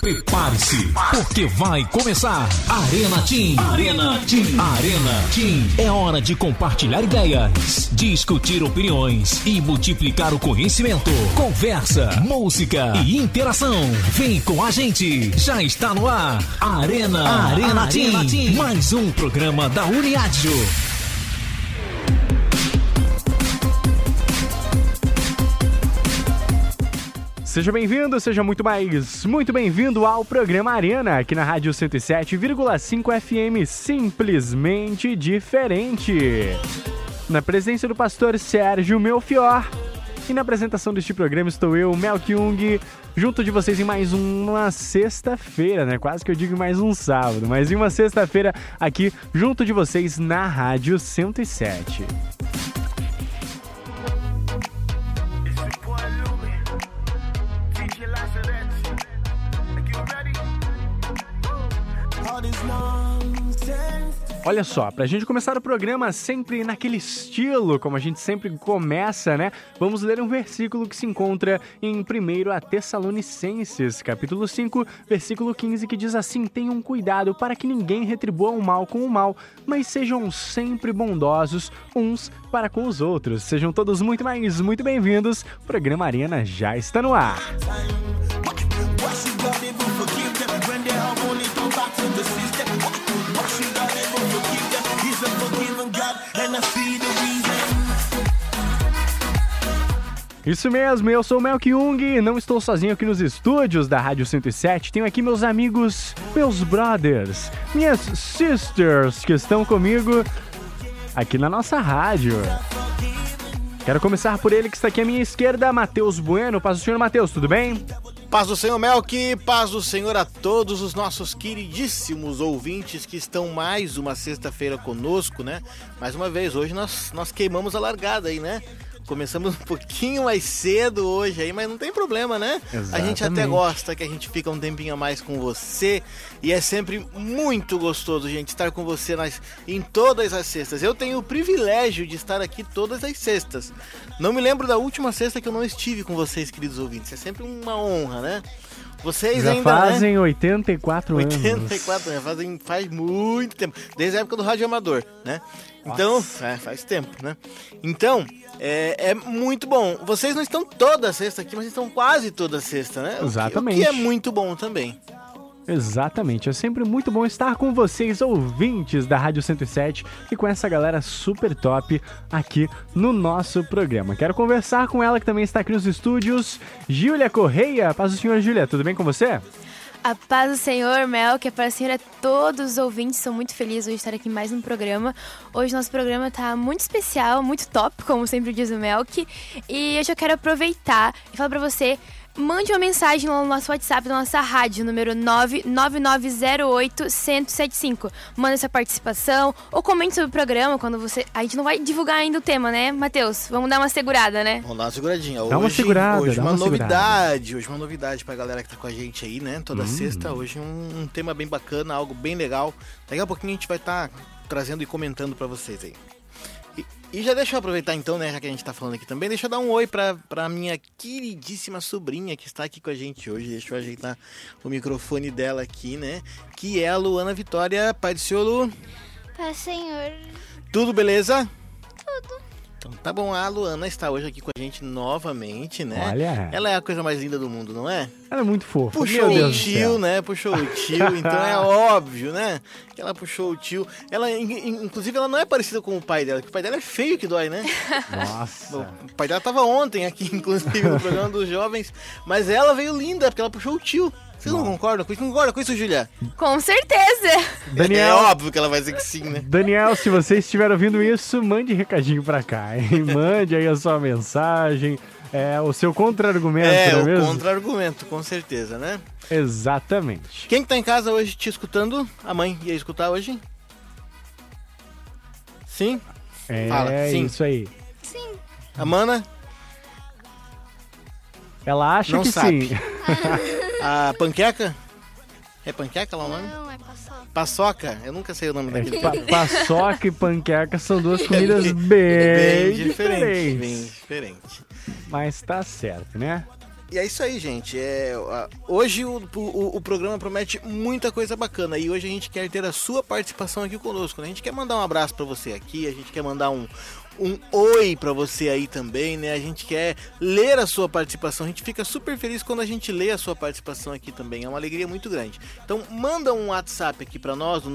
Prepare-se, porque vai começar Arena Team. Arena Team. Arena Team. É hora de compartilhar ideias, discutir opiniões e multiplicar o conhecimento. Conversa, música e interação. Vem com a gente. Já está no ar. Arena Team. Mais um programa da Uniádio. Seja bem-vindo, seja muito bem-vindo ao programa Arena, aqui na Rádio 107,5 FM, simplesmente diferente. Na presença do pastor Sérgio Melchior, e na apresentação deste programa estou eu, Melk Jung, junto de vocês em mais uma sexta-feira, né? Quase que eu digo mais um sábado, mas em uma sexta-feira aqui junto de vocês na Rádio 107. Olha só, pra gente começar o programa sempre naquele estilo, como a gente sempre começa, né? Vamos ler um versículo que se encontra em 1 Tessalonicenses, capítulo 5, versículo 15, que diz assim: tenham cuidado para que ninguém retribua o mal com o mal, mas sejam sempre bondosos uns para com os outros. Sejam todos muito bem-vindos. O programa Arena já está no ar. Isso mesmo, eu sou o Melk Jung, não estou sozinho aqui nos estúdios da Rádio 107, tenho aqui meus amigos, meus brothers, minhas sisters que estão comigo aqui na nossa rádio. Quero começar por ele que está aqui à minha esquerda, Matheus Bueno. Paz do Senhor, Matheus, tudo bem? Paz do Senhor, Melk, paz do Senhor a todos os nossos queridíssimos ouvintes que estão mais uma sexta-feira conosco, né? Mais uma vez, hoje nós queimamos a largada aí, né? Começamos um pouquinho mais cedo hoje aí, mas não tem problema, né? Exatamente. A gente até gosta que a gente fica um tempinho a mais com você e é sempre muito gostoso, gente, estar com você em todas as sextas. Eu tenho o privilégio de estar aqui todas as sextas. Não me lembro da última sexta que eu não estive com vocês, queridos ouvintes. É sempre uma honra, né? Vocês já ainda, fazem, né? 84 anos. 84 anos, faz muito tempo. Desde a época do Rádio Amador, né? Então, faz tempo, né? Então, é muito bom. Vocês não estão toda sexta aqui, mas estão quase toda sexta, né? Exatamente. O que é muito bom também. Exatamente, é sempre muito bom estar com vocês, ouvintes da Rádio 107, e com essa galera super top aqui no nosso programa. Quero conversar com ela que também está aqui nos estúdios, Júlia Correia. Paz do Senhor, Júlia, tudo bem com você? A paz do Senhor, Melk, a paz do Senhor a todos os ouvintes. Sou muito feliz hoje de estar aqui em mais um programa. Hoje nosso programa está muito especial, muito top, como sempre diz o Melk. E eu já quero aproveitar e falar para você: mande uma mensagem no nosso WhatsApp da nossa rádio, número 99908-1075. Manda sua participação ou comente sobre o programa quando você... A gente não vai divulgar ainda o tema, né, Matheus? Vamos dar uma segurada, né? Vamos dar uma seguradinha. Dá uma segurada, hoje uma novidade. Hoje uma novidade pra galera que tá com a gente aí, né? Toda sexta. Hoje um tema bem bacana, algo bem legal. Daqui a pouquinho a gente vai estar trazendo e comentando pra vocês aí. E já deixa eu aproveitar então, né, já que a gente tá falando aqui também, deixa eu dar um oi pra minha queridíssima sobrinha que está aqui com a gente hoje. Deixa eu ajeitar o microfone dela aqui, né, que é a Luana Vitória. Pai do Senhor, Lu. Pai do Senhor. Tudo beleza? Tudo. Então tá bom, a Luana está hoje aqui com a gente novamente, né? Olha. Ela é a coisa mais linda do mundo, não é? Ela é muito fofa. Puxou o tio, né? Puxou o tio, então é óbvio, né? Que ela puxou o tio. Ela, inclusive, ela não é parecida com o pai dela, porque o pai dela é feio que dói, né? Nossa. O pai dela tava ontem aqui, inclusive, no programa dos jovens, mas ela veio linda, porque ela puxou o tio. Vocês não concordam com isso? Concorda com isso, Julia? Com certeza! Daniel, é óbvio que ela vai dizer que sim, né? Daniel, se você estiver ouvindo isso, mande recadinho pra cá, hein? Mande aí a sua mensagem, o seu contra-argumento, não é mesmo? O contra-argumento, com certeza, né? Exatamente. Quem que tá em casa hoje te escutando? A mãe ia escutar hoje? Sim? Fala, sim. Isso aí. Sim. A Mana? Ela acha não que sabe. sim. A Panqueca? É Panqueca lá o nome? Não, é paçoca. Paçoca? Eu nunca sei o nome daquele. Paçoca e panqueca são duas comidas bem diferentes. Bem diferentes. Mas tá certo, né? E é isso aí, gente. Hoje o programa promete muita coisa bacana e hoje a gente quer ter a sua participação aqui conosco, né? A gente quer mandar um abraço pra você aqui, a gente quer mandar um oi pra você aí também, né? A gente quer ler a sua participação, a gente fica super feliz quando a gente lê a sua participação aqui também, é uma alegria muito grande. Então manda um WhatsApp aqui pra nós, no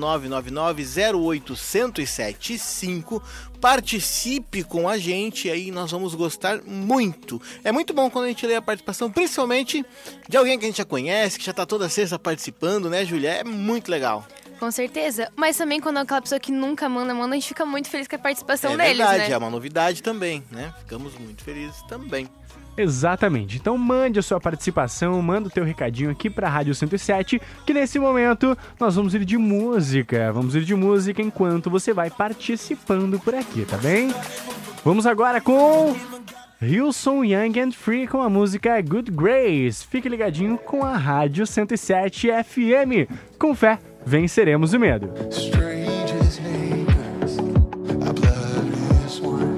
999-08-1075, participe com a gente, aí nós vamos gostar muito. É muito bom quando a gente lê a participação, principalmente de alguém que a gente já conhece, que já tá toda sexta participando, né, Júlia? É muito legal. Com certeza, mas também quando é aquela pessoa que nunca manda, a gente fica muito feliz com a participação deles, verdade, né? É uma novidade também, né? Ficamos muito felizes também. Exatamente, então mande a sua participação, manda o teu recadinho aqui pra Rádio 107, que nesse momento nós vamos ir de música, enquanto você vai participando por aqui, tá bem? Vamos agora com Hillsong Young and Free com a música Good Grace. Fique ligadinho com a Rádio 107 FM. Com fé, venceremos o medo. Strangest neighbors, our blood is one.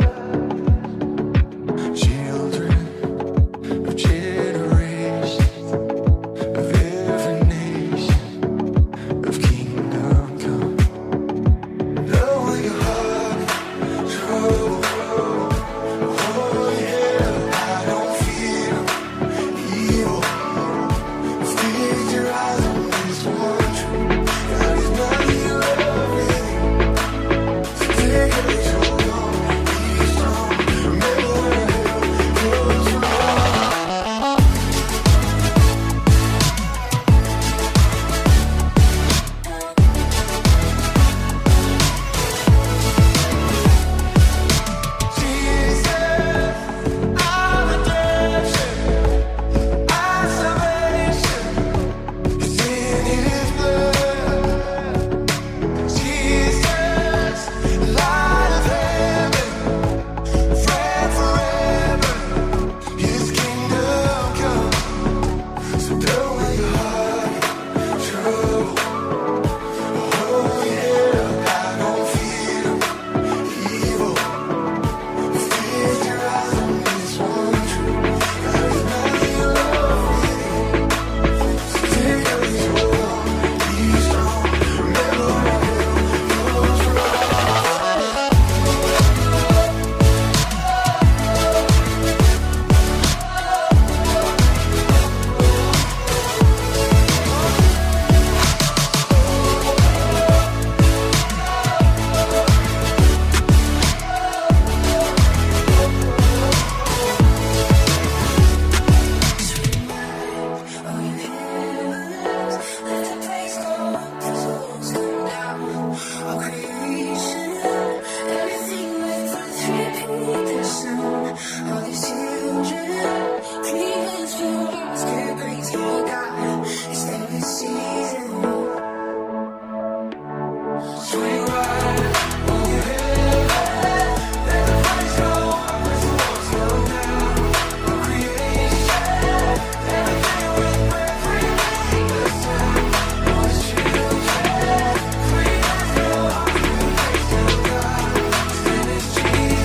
Children of generations, of every nation, of kingdom come. Knowing your heart, trouble, oh yeah, I don't fear evil. Fix your eyes on this one truth. God is not here already. So take it easy, hold on, be strong. Remember where it goes wrong. Jesus, our redemption, our salvation is in His blood. Jesus, light of heaven, friend forever, His kingdom come. So don't let your heart trouble. Oh yeah, I don't fear evil. Fix your eyes on this one truth. God is not here already. So take it easy, hold on, be strong. Remember where it goes wrong. Swing right on your head, let the praise go up as the walls come down. All creation, everything with breath, remain the same. All His children, clean as your heart, give praise to God. His name is Jesus.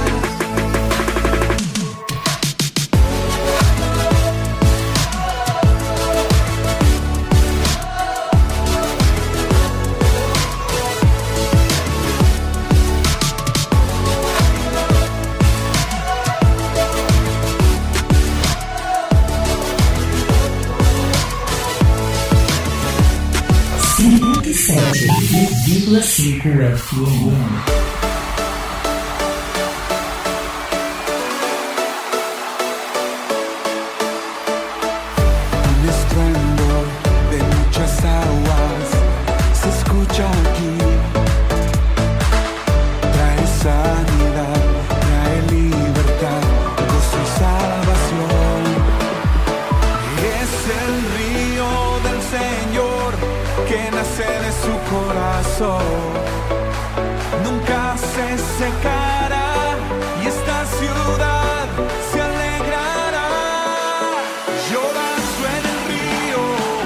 Un estruendo de muchas aguas se escucha aquí. Trae sanidad, trae libertad, gozo y salvación. Es el río del Señor que nace de su corazón. Nunca se secará y esta ciudad se alegrará. Yo danzo en el río,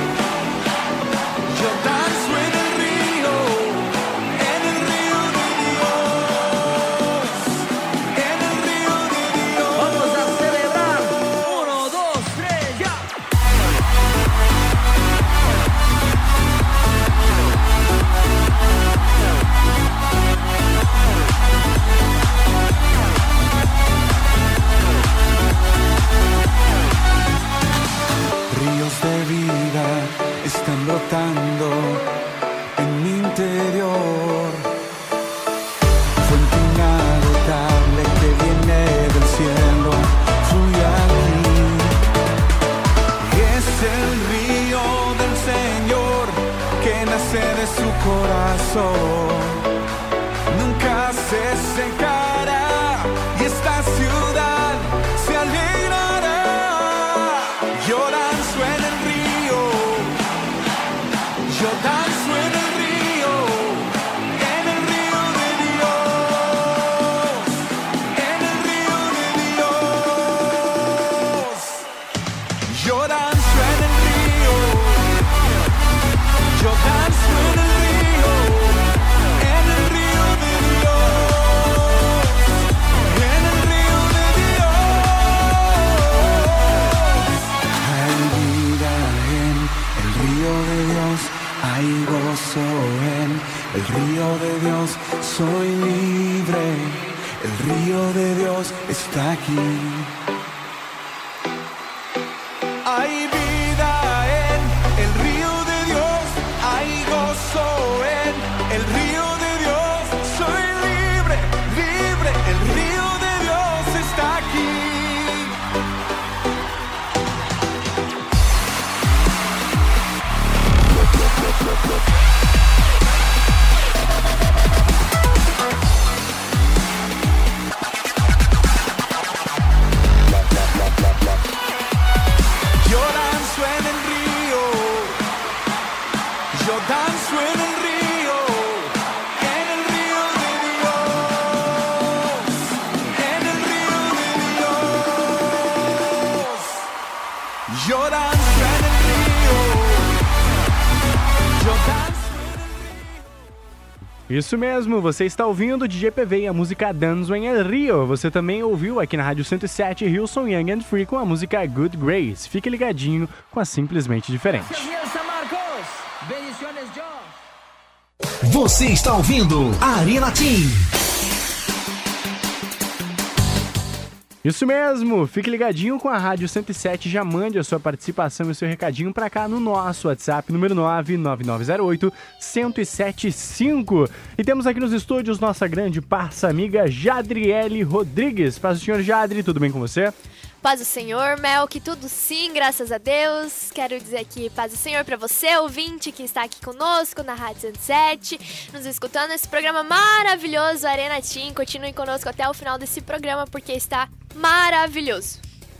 yo danzo en el río de Dios, en el río de Dios. Vamos a celebrar. 1, 2, 3. están brotando en mi interior. Fuente inagotable que viene del cielo, fluye aquí. Es el río del Señor que nace de su corazón. Nunca se secará y esta ciudad se alegrará. Yo danzo en el río, yo danzo en el río de Dios, en el río de Dios. Yo danzo en el río, yo danzo en el río, en el río de Dios, en el río de Dios. Hay vida en el río de Dios, hay gozo en el río de Dios. Soy libre, el río de Dios está aquí. Hay vida en el río de Dios, hay gozo en el río de Dios. Soy libre, libre, el río de Dios está aquí. Yo danzo en el río, yo danzo en el río de Dios, en el río de Dios. Yo danzo en el río, yo danzo. Isso mesmo, você está ouvindo o DJ PV e a música Danzo em El Rio. Você também ouviu aqui na Rádio 107 Hillsong Young and Free com a música Good Grace. Fique ligadinho com a Simplesmente Diferente. Você está ouvindo Arena Team. Isso mesmo, fique ligadinho com a Rádio 107, já mande a sua participação e o seu recadinho pra cá no nosso WhatsApp, número 99908-1075. E temos aqui nos estúdios nossa grande parça amiga Jadriele Rodrigues. Paz do senhor Jadri, tudo bem com você? Paz do Senhor, Mel, que tudo sim, graças a Deus. Quero dizer aqui, paz do Senhor pra você, ouvinte que está aqui conosco na Rádio 107, nos escutando nesse programa maravilhoso, Arena Team. Continue conosco até o final desse programa, porque está maravilhoso.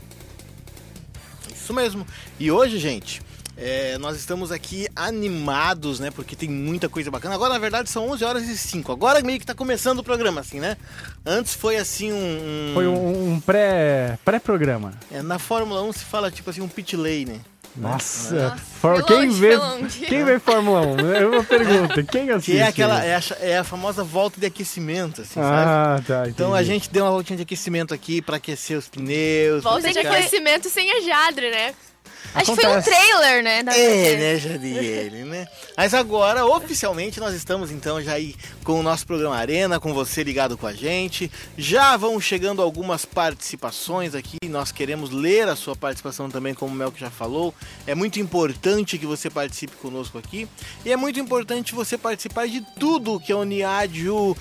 Isso mesmo. E hoje, gente, nós estamos aqui animados, né? Porque tem muita coisa bacana. Agora, na verdade, são 11h05. Agora meio que tá começando o programa, assim, né? Antes foi assim Foi um pré-programa. Na Fórmula 1 se fala tipo assim, um pit lane. Nossa, foi quem longe. vê Fórmula 1? É uma pergunta, quem assiste? Que é aquela, é a famosa volta de aquecimento, assim, sabe? Ah, tá, entendi. Então a gente deu uma voltinha de aquecimento aqui pra aquecer os pneus. Volta de aquecimento sem a Jadre, né? Acho que foi um trailer, né? Né, Jadiele, né? Mas agora, oficialmente, nós estamos então já aí com o nosso programa Arena, com você ligado com a gente. Já vão chegando algumas participações aqui, nós queremos ler a sua participação também, como o Melk já falou. É muito importante que você participe conosco aqui. E é muito importante você participar de tudo que a Uniádio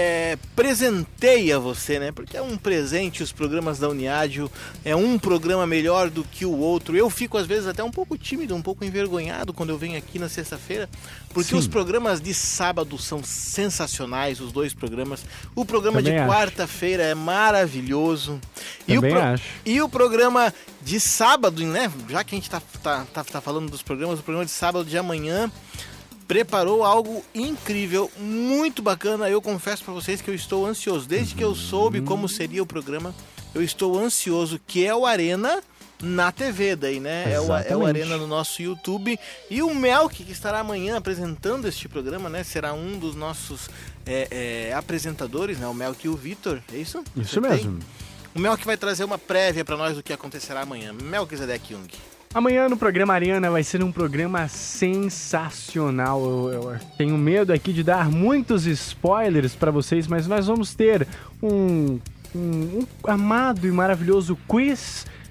presenteia você, né? Porque é um presente, os programas da Uniádio, é um programa melhor do que o outro. Eu fico às vezes até um pouco tímido, um pouco envergonhado quando eu venho aqui na sexta-feira, porque os programas de sábado são sensacionais, os dois programas. O programa Também de acho. quarta-feira é maravilhoso. Também acho. E o programa de sábado, né? Já que a gente tá falando dos programas, o programa de sábado de amanhã preparou algo incrível, muito bacana. Eu confesso pra vocês que eu estou ansioso. Desde que eu soube como seria o programa, eu estou ansioso, que é o Arena na TV daí, né? É o Arena no nosso YouTube. E o Melk, que estará amanhã apresentando este programa, né? Será um dos nossos apresentadores, né? O Melk e o Vitor, é isso? Isso mesmo. O Melk vai trazer uma prévia pra nós do que acontecerá amanhã. Melquisedeque Jung. Amanhã no programa Arena vai ser um programa sensacional. Eu tenho medo aqui de dar muitos spoilers pra vocês, mas nós vamos ter um amado e maravilhoso quiz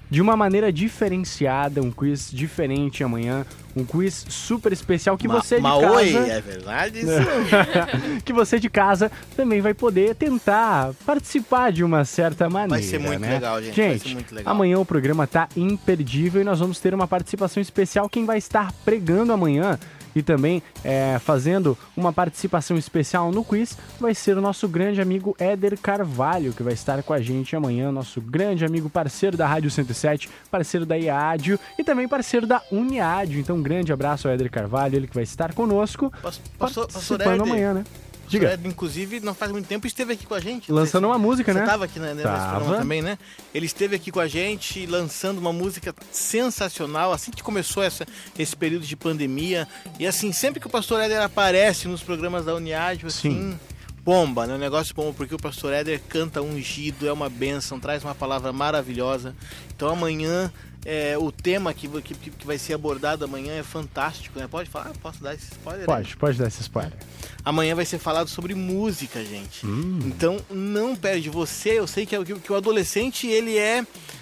de uma maneira diferenciada, um quiz diferente amanhã, um quiz super especial que você de Oi, casa... é verdade isso? que você de casa também vai poder tentar participar de uma certa maneira. Vai ser muito né? legal, gente. Vai ser muito legal. Amanhã o programa tá imperdível e nós vamos ter uma participação especial. Quem vai estar pregando amanhã e também fazendo uma participação especial no quiz vai ser o nosso grande amigo Éder Carvalho, que vai estar com a gente amanhã, nosso grande amigo, parceiro da Rádio 107, parceiro da IADIO e também parceiro da Uniádio. Então, um grande abraço ao Éder Carvalho, ele que vai estar conosco participando amanhã, né? Diga. Éder, inclusive, não faz muito tempo, esteve aqui com a gente. Lançando uma música, né? Você estava aqui nesse programa também, né? Ele esteve aqui com a gente, lançando uma música sensacional, assim que começou esse período de pandemia. E assim, sempre que o pastor Éder aparece nos programas da Uniádio, assim, bomba, né? O negócio bomba, porque o pastor Éder canta ungido, é uma bênção, traz uma palavra maravilhosa. Então amanhã... o tema que vai ser abordado amanhã é fantástico, né? Pode falar? Posso dar esse spoiler? Pode dar esse spoiler. Amanhã vai ser falado sobre música, gente. Então, não perde você. Eu sei que o adolescente, ele é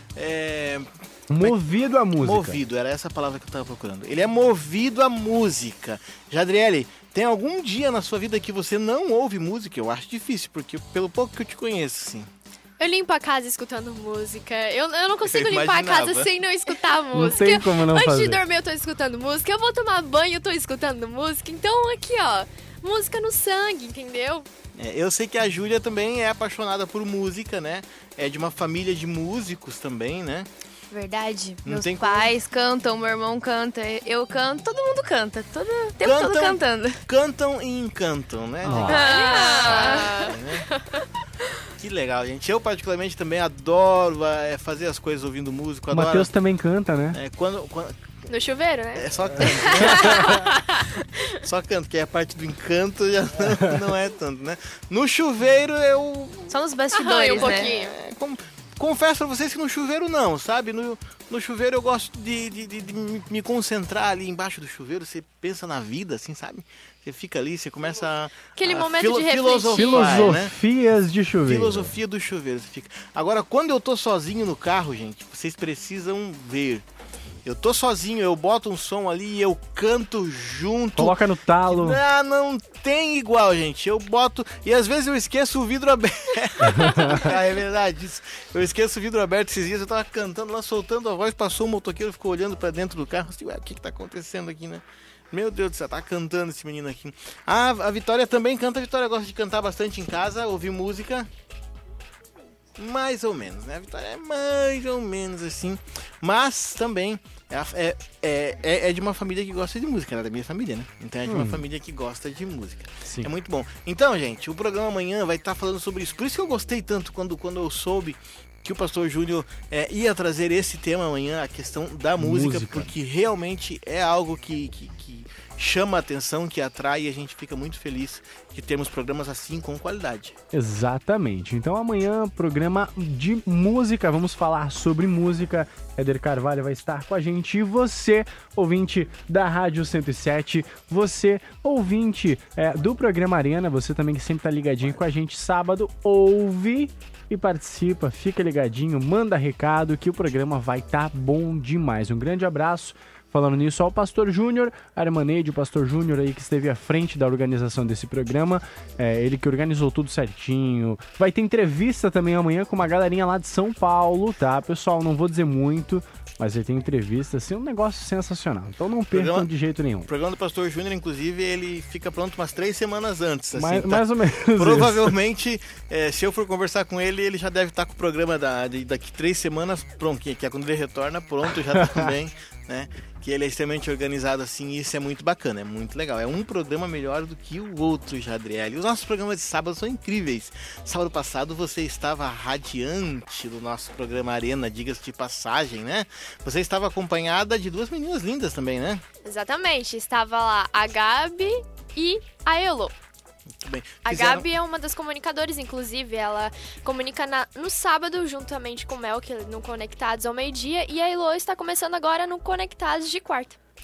movido à música. Movido, era essa a palavra que eu estava procurando. Ele é movido à música. Jadriele, tem algum dia na sua vida que você não ouve música? Eu acho difícil, porque pelo pouco que eu te conheço, assim... Eu limpo a casa escutando música. Eu não consigo limpar a casa sem não escutar música. Não tem como não Antes fazer. de dormir eu tô escutando música. Eu vou tomar banho, eu tô escutando música. Então aqui, ó, música no sangue, entendeu? Eu sei que a Júlia também é apaixonada por música, né? É de uma família de músicos também, né? Verdade. Não Meus tem pais cantam, meu irmão canta, eu canto, todo mundo canta. Todo o tempo todo cantando. Cantam e encantam, né? Que legal, gente. Eu particularmente também adoro fazer as coisas ouvindo música. O Matheus também canta, né? No chuveiro, né? É só canto. Só canto, que é a parte do encanto já não é tanto, né? No chuveiro eu... Só nos bastidores, um pouquinho. Confesso pra vocês que no chuveiro não, sabe? No chuveiro eu gosto de me concentrar ali embaixo do chuveiro. Você pensa na vida, assim, sabe? Você fica ali, você começa aquele momento de refletir. Filosofias de chuveiro. Filosofia do chuveiro. Você fica. Agora, quando eu tô sozinho no carro, gente, vocês precisam ver. Eu tô sozinho, eu boto um som ali e eu canto junto. Coloca no talo. Não tem igual, gente. Eu boto... E às vezes eu esqueço o vidro aberto. É verdade isso. Eu esqueço o vidro aberto esses dias. Eu tava cantando lá, soltando a voz. Passou um motoqueiro, ficou olhando pra dentro do carro. Assim, ué, o que tá acontecendo aqui, né? Meu Deus do céu, tá cantando esse menino aqui. A Vitória também canta. A Vitória gosta de cantar bastante em casa, ouvir música. Mais ou menos, né? A Vitória é mais ou menos assim. Mas também é de uma família que gosta de música. Ela é da minha família, né? Então é de uma família que gosta de música. Sim. É muito bom. Então, gente, o programa amanhã vai estar falando sobre isso. Por isso que eu gostei tanto quando eu soube que o pastor Júnior ia trazer esse tema amanhã, a questão da música. Porque realmente é algo que chama a atenção, que atrai, e a gente fica muito feliz de termos programas assim com qualidade. Exatamente. Então amanhã, programa de música, vamos falar sobre música. Éder Carvalho vai estar com a gente. E você, ouvinte da Rádio 107, você, ouvinte do programa Arena, você também que sempre tá ligadinho com a gente, sábado, ouve e participa, fica ligadinho, manda recado que o programa vai estar bom demais. Um grande abraço. Falando nisso, ao Pastor Júnior Armaneide, o Pastor Júnior aí que esteve à frente da organização desse programa, ele que organizou tudo certinho. Vai ter entrevista também amanhã com uma galerinha lá de São Paulo, tá? Pessoal, não vou dizer muito, mas ele tem entrevista, assim, um negócio sensacional. Então não percam de jeito nenhum. O programa do Pastor Júnior, inclusive, ele fica pronto umas 3 semanas antes. Assim, mais ou menos. Provavelmente, se eu for conversar com ele, ele já deve estar com o programa daqui 3 semanas pronto, que é quando ele retorna, pronto já também, né? Que ele é extremamente organizado assim, e isso é muito bacana, é muito legal. É um programa melhor do que o outro, Jadriele. Os nossos programas de sábado são incríveis. Sábado passado você estava radiante no nosso programa Arena, diga-se de passagem, né? Você estava acompanhada de 2 meninas lindas também, né? Exatamente, estava lá a Gabi e a Elo. Muito bem. A Gabi é uma das comunicadoras, inclusive, ela comunica no sábado, juntamente com o Mel, que no Conectados ao meio-dia, e a Elo está começando agora no Conectados de quarta.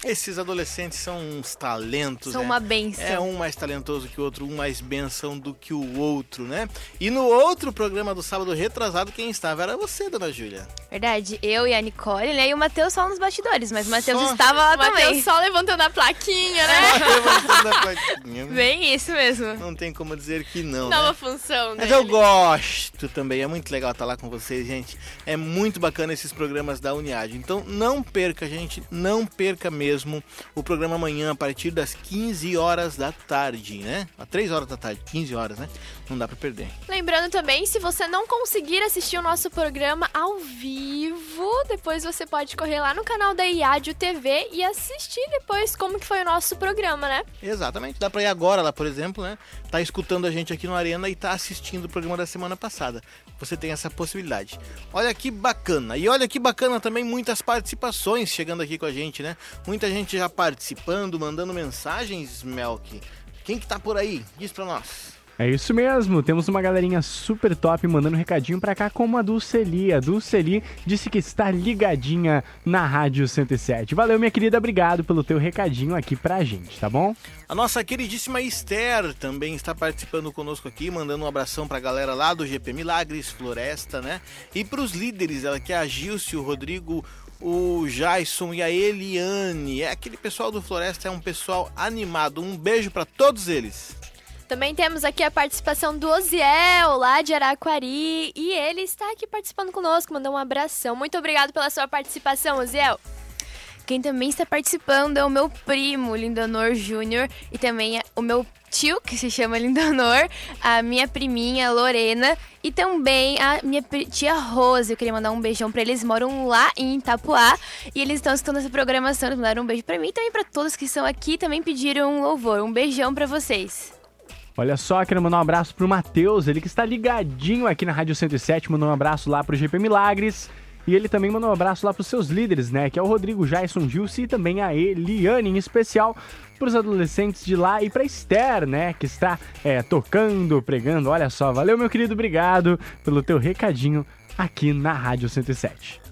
Esses adolescentes são uns talentos, São né? uma bênção. É um mais talentoso que o outro, um mais benção do que o outro, né? E no outro programa do sábado retrasado, quem estava era você, dona Júlia. Verdade, eu e a Nicole, né? E o Matheus só nos bastidores, mas o Matheus Só? estava lá O Matheus também. só levantando a plaquinha, né? Levantando a plaquinha, né? Bem isso mesmo. Não tem como dizer que não, Nova né? função Mas dele. eu gosto também, é muito legal estar lá com vocês, gente. É muito bacana esses programas da Uniad. Então não perca, gente, não perca mesmo o programa amanhã a partir das 15 horas da tarde, né? Às 3 horas da tarde, 15 horas, né? Não dá pra perder. Lembrando também, se você não conseguir assistir o nosso programa ao vivo, depois você pode correr lá no canal da IADIO TV e assistir depois como que foi o nosso programa, né? Exatamente, dá pra ir agora lá, por exemplo, né? Tá escutando a gente aqui no Arena e tá assistindo o programa da semana passada. Você tem essa possibilidade. Olha que bacana. E olha que bacana também muitas participações chegando aqui com a gente, né? Muita gente já participando, mandando mensagens, Melk. Quem que tá por aí? Diz pra nós. É isso mesmo, temos uma galerinha super top mandando um recadinho pra cá, como a Dulceli. A Dulceli disse que está ligadinha na Rádio 107. Valeu, minha querida, obrigado pelo teu recadinho aqui pra gente, tá bom? A nossa queridíssima Esther também está participando conosco aqui, mandando um abração pra galera lá do GP Milagres, Floresta, né? E pros líderes, ela que é a Gilce, o Rodrigo, o Jason e a Eliane. É aquele pessoal do Floresta, é um pessoal animado. Um beijo pra todos eles. Também temos aqui a participação do Oziel, lá de Araquari, e ele está aqui participando conosco, mandou um abração. Muito obrigado pela sua participação, Oziel. Quem também está participando é o meu primo, Lindanor Júnior, e também o meu tio, que se chama Lindanor, a minha priminha, Lorena, e também a minha tia Rose. Eu queria mandar um beijão pra eles, moram lá em Itapuá, e eles estão escutando essa programação, eles mandaram um beijo pra mim e também pra todos que estão aqui, também pediram um louvor. Um beijão pra vocês. Olha só, quero mandar um abraço pro Matheus, ele que está ligadinho aqui na Rádio 107, mandou um abraço lá pro GP Milagres. E ele também mandou um abraço lá pros seus líderes, né? Que é o Rodrigo, Jason, Gilce e também a Eliane, em especial pros adolescentes de lá. E pra Esther, né? Que está tocando, pregando. Olha só, valeu, meu querido, obrigado pelo teu recadinho aqui na Rádio 107.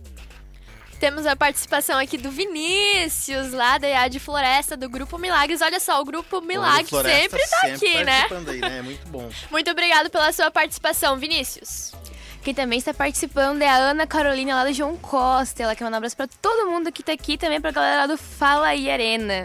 Temos a participação aqui do Vinícius, lá da IAD Floresta, do Grupo Milagres. Olha só, o Grupo Milagres sempre tá aqui, né? Aí, né? É muito bom. Muito obrigado pela sua participação, Vinícius. Quem também está participando é a Ana Carolina, lá do João Costa. Ela quer mandar um abraço pra todo mundo que tá aqui, também pra galera lá do Fala aí Arena.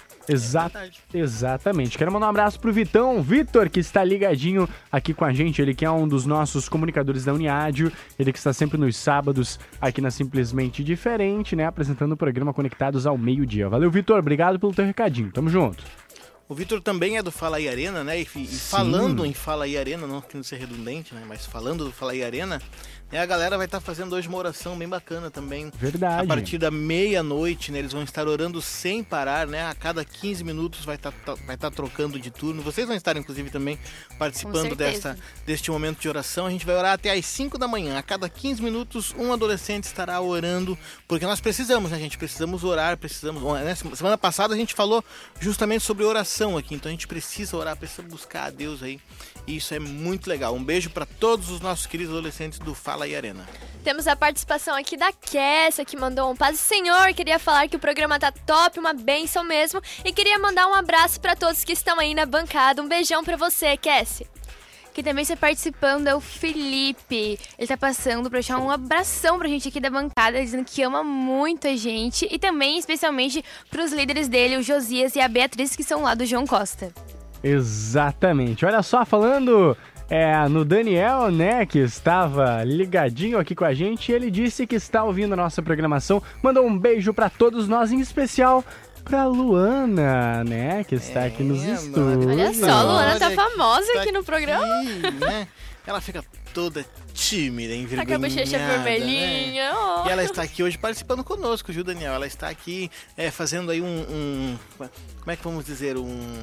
Exatamente. Quero mandar um abraço pro Vitão, Vitor, que está ligadinho aqui com a gente. Ele que é um dos nossos comunicadores da Uniádio. Ele que está sempre nos sábados aqui na Simplesmente Diferente, né? Apresentando o programa Conectados ao Meio-Dia. Valeu, Vitor. Obrigado pelo teu recadinho. Tamo junto. O Vitor também é do Fala aí Arena, né? E falando em Fala aí Arena, não querendo ser redundante, né? Mas falando do Fala aí Arena, a galera vai estar fazendo hoje uma oração bem bacana também. Verdade. A partir da meia-noite, né? Eles vão estar orando sem parar, né? A cada 15 minutos vai estar trocando de turno. Vocês vão estar, inclusive, também participando deste momento de oração. A gente vai orar até às 5 da manhã. A cada 15 minutos, um adolescente estará orando, porque nós precisamos, né, gente? Precisamos orar, precisamos... Né? Semana passada a gente falou justamente sobre oração aqui, então a gente precisa orar, precisa buscar a Deus aí. E isso é muito legal. Um beijo para todos os nossos queridos adolescentes do Fala aí Arena. Temos a participação aqui da Kessa, que mandou um paz do Senhor. Queria falar que o programa tá top, uma bênção mesmo. E queria mandar um abraço para todos que estão aí na bancada. Um beijão para você, Kessie. Quem também está participando é o Felipe. Ele tá passando pra deixar um abração pra gente aqui da bancada, dizendo que ama muito a gente. E também, especialmente, pros líderes dele, o Josias e a Beatriz, que são lá do João Costa. Exatamente. Olha só, falando no Daniel, né, que estava ligadinho aqui com a gente, ele disse que está ouvindo a nossa programação. Mandou um beijo pra todos nós, em especial pra Luana, né, que está aqui nos estúdios. Olha só, a Luana tá famosa tá aqui no programa. Né? Ela fica toda tímida, envergonhada. Tá com a bochecha vermelhinha. Né? Oh. E ela está aqui hoje participando conosco, viu, Daniel? Ela está aqui fazendo aí como é que vamos dizer,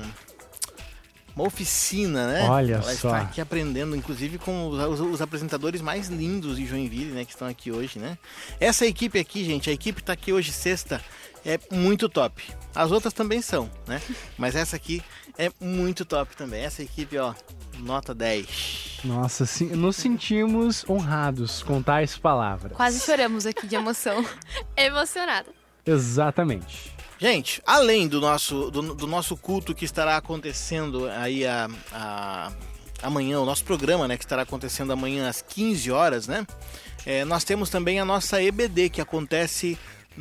uma oficina, né? Olha ela só. está aqui aprendendo, inclusive, com os apresentadores mais lindos de Joinville, né? Que estão aqui hoje, né? Essa equipe aqui, gente, a equipe está aqui hoje sexta, é muito top. As outras também são, né? Mas essa aqui é muito top também. Essa equipe, ó, nota 10. Nossa, nos sentimos honrados com tais palavras. Quase choramos aqui de emoção. Emocionada. Exatamente. Gente, além do nosso culto que estará acontecendo aí amanhã, o nosso programa, né, que estará acontecendo amanhã às 15 horas, né? Nós temos também a nossa EBD, que acontece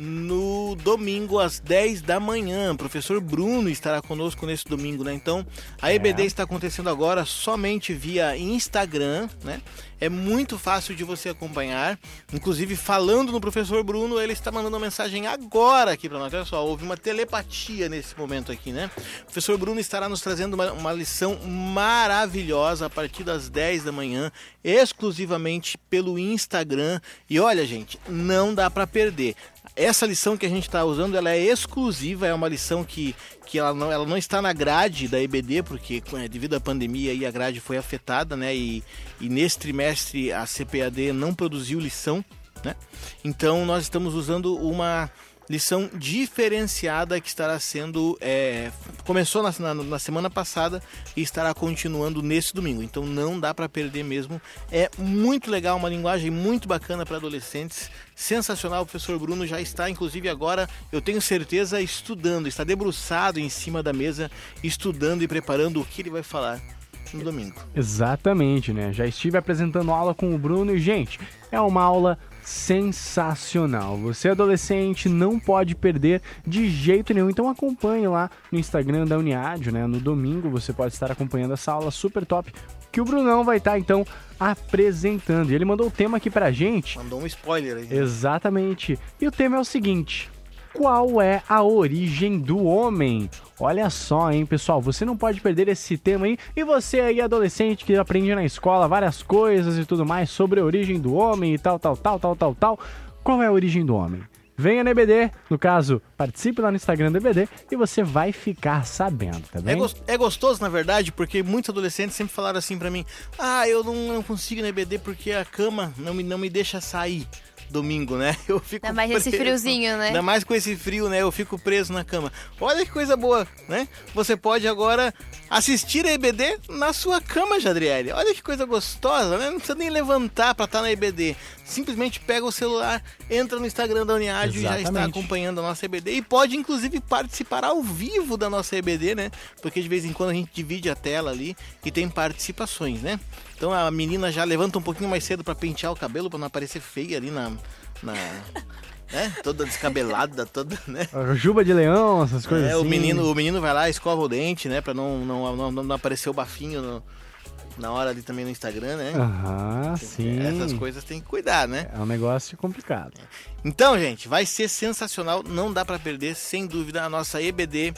no domingo às 10 da manhã. O professor Bruno estará conosco nesse domingo, né? Então, a EBD está acontecendo agora somente via Instagram, né? É muito fácil de você acompanhar. Inclusive, falando no professor Bruno, ele está mandando uma mensagem agora aqui para nós. Olha só, houve uma telepatia nesse momento aqui, né? O professor Bruno estará nos trazendo uma lição maravilhosa a partir das 10 da manhã, exclusivamente pelo Instagram. E olha, gente, não dá para perder. Essa lição que a gente está usando, ela é exclusiva, é uma lição que ela não está na grade da EBD, porque devido à pandemia aí a grade foi afetada, né? E nesse trimestre a CPAD não produziu lição, né? Então nós estamos usando uma lição diferenciada que estará sendo... começou na semana passada e estará continuando nesse domingo. Então não dá para perder mesmo. É muito legal, uma linguagem muito bacana para adolescentes. Sensacional, o professor Bruno já está, inclusive agora, eu tenho certeza, estudando. Está debruçado em cima da mesa, estudando e preparando o que ele vai falar no domingo. Exatamente, né? Já estive apresentando aula com o Bruno e, gente, é uma aula sensacional. Você, adolescente, não pode perder de jeito nenhum. Então acompanhe lá no Instagram da Uniádio, né? No domingo você pode estar acompanhando essa aula super top que o Brunão vai estar, então, apresentando. E ele mandou o tema aqui pra gente. Mandou um spoiler aí. Exatamente. E o tema é o seguinte: qual é a origem do homem? Olha só, hein, pessoal, você não pode perder esse tema aí. E você aí, adolescente, que aprende na escola várias coisas e tudo mais sobre a origem do homem e tal. Qual é a origem do homem? Venha na EBD, no caso, participe lá no Instagram da EBD e você vai ficar sabendo, tá bem? É gostoso, na verdade, porque muitos adolescentes sempre falaram assim pra mim: eu não consigo ir na EBD porque a cama não me deixa sair domingo, né? Eu fico Ainda mais esse friozinho, né? Ainda mais com esse frio, né? Eu fico preso na cama. Olha que coisa boa, né? Você pode agora assistir a EBD na sua cama, Jadriele. Olha que coisa gostosa, né? Não precisa nem levantar pra estar na EBD. Simplesmente pega o celular, entra no Instagram da Uniádio e já está acompanhando a nossa EBD. E pode, inclusive, participar ao vivo da nossa EBD, né? Porque de vez em quando a gente divide a tela ali e tem participações, né? Então a menina já levanta um pouquinho mais cedo pra pentear o cabelo, pra não aparecer feia ali né? Toda descabelada, toda, né? Juba de leão, essas coisas assim. O menino vai lá, escova o dente, né? Pra não aparecer o bafinho na hora ali também no Instagram, né? Sim. Essas coisas tem que cuidar, né? É um negócio complicado. Então, gente, vai ser sensacional, não dá pra perder, sem dúvida, a nossa EBD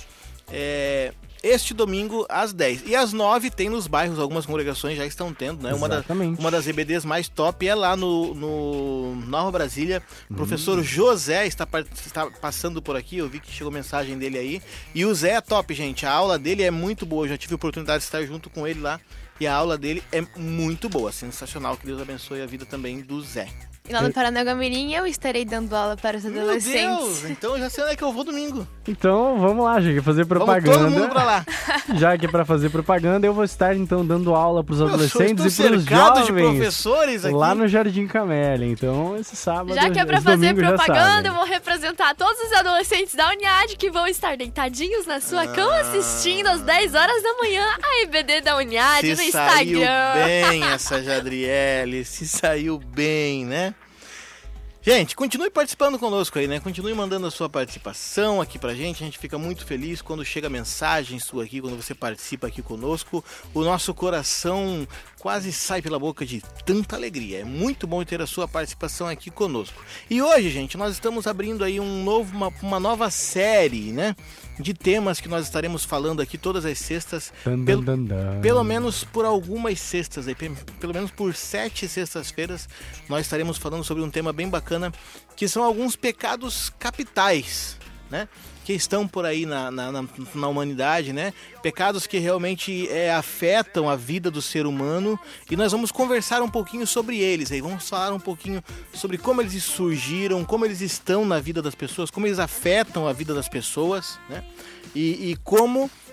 este domingo às 10. E às 9 tem nos bairros, algumas congregações já estão tendo, né? Uma das EBDs mais top é lá no Nova Brasília. O professor José está passando por aqui, eu vi que chegou mensagem dele aí. E o Zé é top, gente. A aula dele é muito boa, eu já tive a oportunidade de estar junto com ele lá. E a aula dele é muito boa, sensacional. Que Deus abençoe a vida também do Zé. E lá no Paranaguamirim eu estarei dando aula para os adolescentes. Meu Deus, então eu já sei onde é que eu vou domingo. Então vamos lá, já que fazer propaganda. Vamos todo mundo pra lá. Já que é pra fazer propaganda, eu vou estar então dando aula pros adolescentes e pros jovens de professores aqui. Lá no Jardim Camélia. Então esse sábado, já que é pra fazer propaganda, eu vou vou representar todos os adolescentes da Uniad que vão estar deitadinhos na sua cama assistindo às 10 horas da manhã a EBD da Uniad no Instagram. Se saiu bem essa Jadriele, se saiu bem, né? Gente, continue participando conosco aí, né? Continue mandando a sua participação aqui pra gente. A gente fica muito feliz quando chega mensagem sua aqui, quando você participa aqui conosco. O nosso coração quase sai pela boca de tanta alegria. É muito bom ter a sua participação aqui conosco. E hoje, gente, nós estamos abrindo aí uma nova série, né? De temas que nós estaremos falando aqui todas as sextas, pelo menos por algumas sextas, aí, pelo menos por 7 sextas-feiras, nós estaremos falando sobre um tema bem bacana, que são alguns pecados capitais, né? Que estão por aí na humanidade, né? Pecados que realmente afetam a vida do ser humano, e nós vamos conversar um pouquinho sobre eles aí, vamos falar um pouquinho sobre como eles surgiram, como eles estão na vida das pessoas, como eles afetam a vida das pessoas, né? E como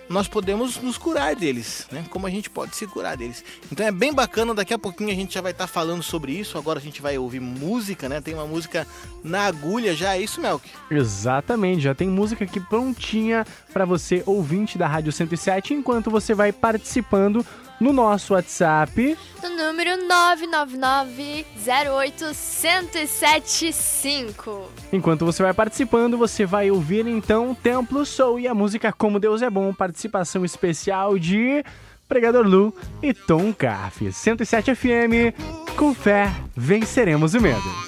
nós podemos nos curar deles, né? Como a gente pode se curar deles. Então é bem bacana, daqui a pouquinho a gente já vai estar falando sobre isso. Agora a gente vai ouvir música, né? Tem uma música na agulha já, é isso, Melk? Exatamente, já tem música aqui prontinha para você, ouvinte da Rádio 107, enquanto você vai participando no nosso WhatsApp. No número 999-08-1075. Enquanto você vai participando, você vai ouvir então Templo Soul e a música Como Deus é Bom, participação especial de Pregador Lu e Tom Carf. 107 FM, com fé, venceremos o medo.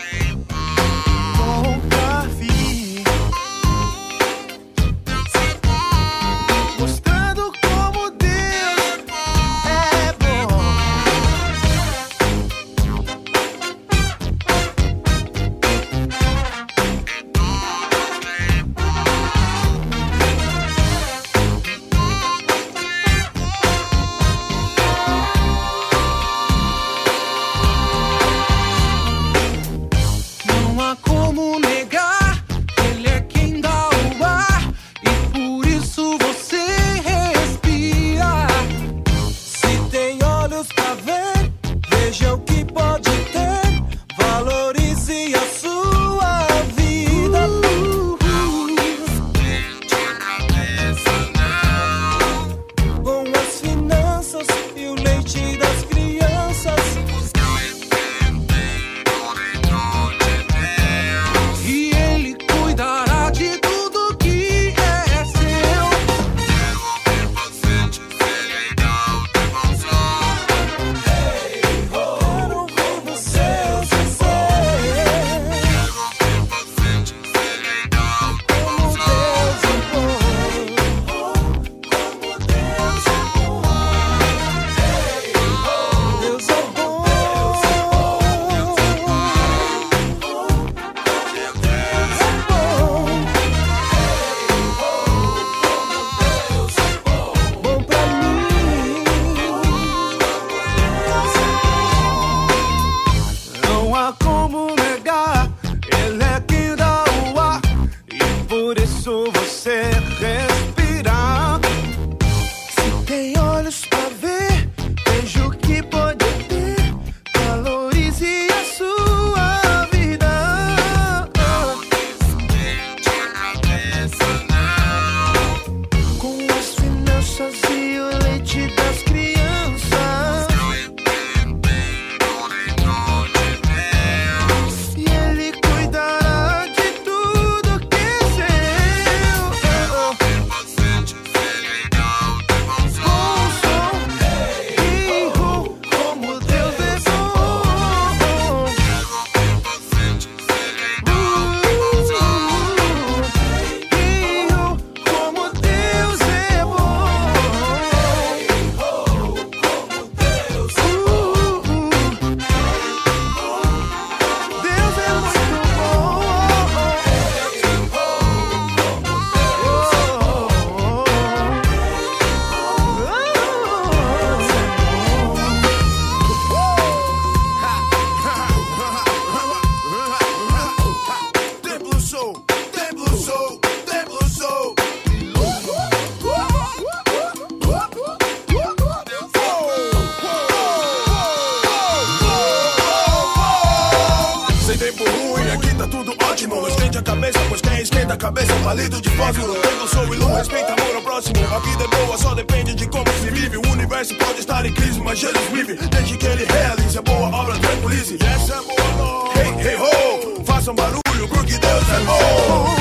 cabeça, palito de fósforo. Eu sou ilu, respeita amor ao próximo. A vida é boa, só depende de como se vive. O universo pode estar em crise, mas Jesus vive. Desde que ele realize a boa obra, tranquilize. E essa é boa nova. Hey, hey, ho, façam barulho, porque Deus é bom.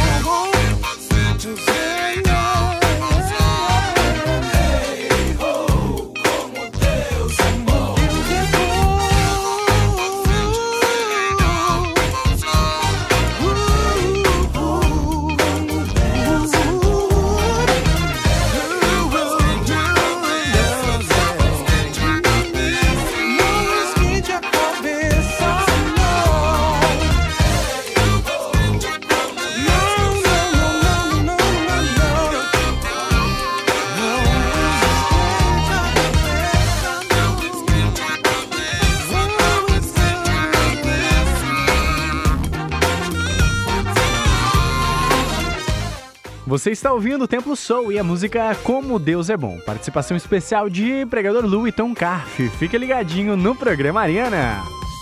No Você está ouvindo o Templo Soul e a música Como Deus é Bom. Participação especial de Pregador Lu e Tom Carf. Fica ligadinho no programa Arena.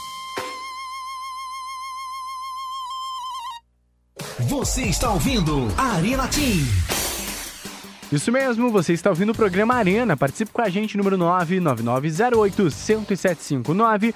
Você está ouvindo Arena Team. Isso mesmo, você está ouvindo o programa Arena. Participe com a gente, número 99908-1075.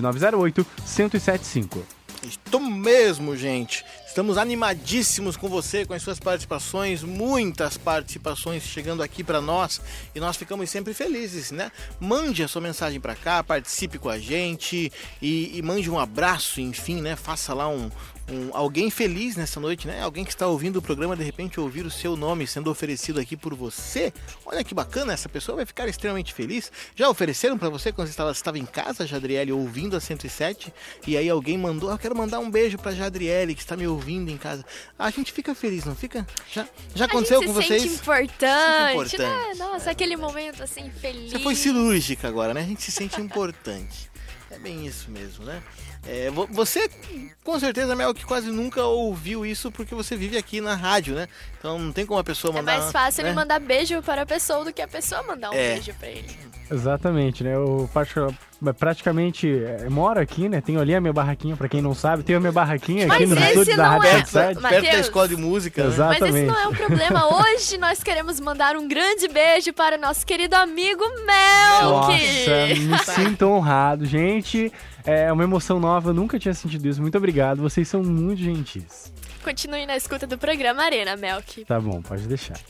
99908-1075. Estou mesmo, gente. Estamos animadíssimos com você, com as suas participações, muitas participações chegando aqui para nós e nós ficamos sempre felizes, né? Mande a sua mensagem para cá, participe com a gente e mande um abraço, enfim, né? Faça lá alguém feliz nessa noite, né? Alguém que está ouvindo o programa, de repente ouvir o seu nome sendo oferecido aqui por você. Olha que bacana, essa pessoa vai ficar extremamente feliz. Já ofereceram para você quando você estava em casa, Jadriele, ouvindo a 107, e aí alguém mandou, eu quero mandar um beijo para Jadriele, que está me ouvindo em casa. A gente fica feliz, não fica? Já aconteceu com vocês? A gente se sente importante, né? Nossa, aquele momento assim, feliz. Você foi cirúrgica agora, né? A gente se sente importante. É bem isso mesmo, né? Você, com certeza, Mel, que quase nunca ouviu isso porque você vive aqui na rádio, né? Então não tem como a pessoa mandar... É mais fácil né? ele mandar beijo para a pessoa do que a pessoa mandar um beijo para ele. Exatamente, né? Eu praticamente moro aqui, né? Tenho ali a minha barraquinha, pra quem não sabe. Tenho a minha barraquinha aqui no estúdio da Rádio 107. Perto da escola de música, né? Exatamente. Mas esse não é um problema. Hoje nós queremos mandar um grande beijo para o nosso querido amigo Melk. Nossa, me sinto honrado. Gente, é uma emoção nova. Eu nunca tinha sentido isso. Muito obrigado. Vocês são muito gentis. Continue na escuta do programa Arena, Melk. Tá bom, pode deixar.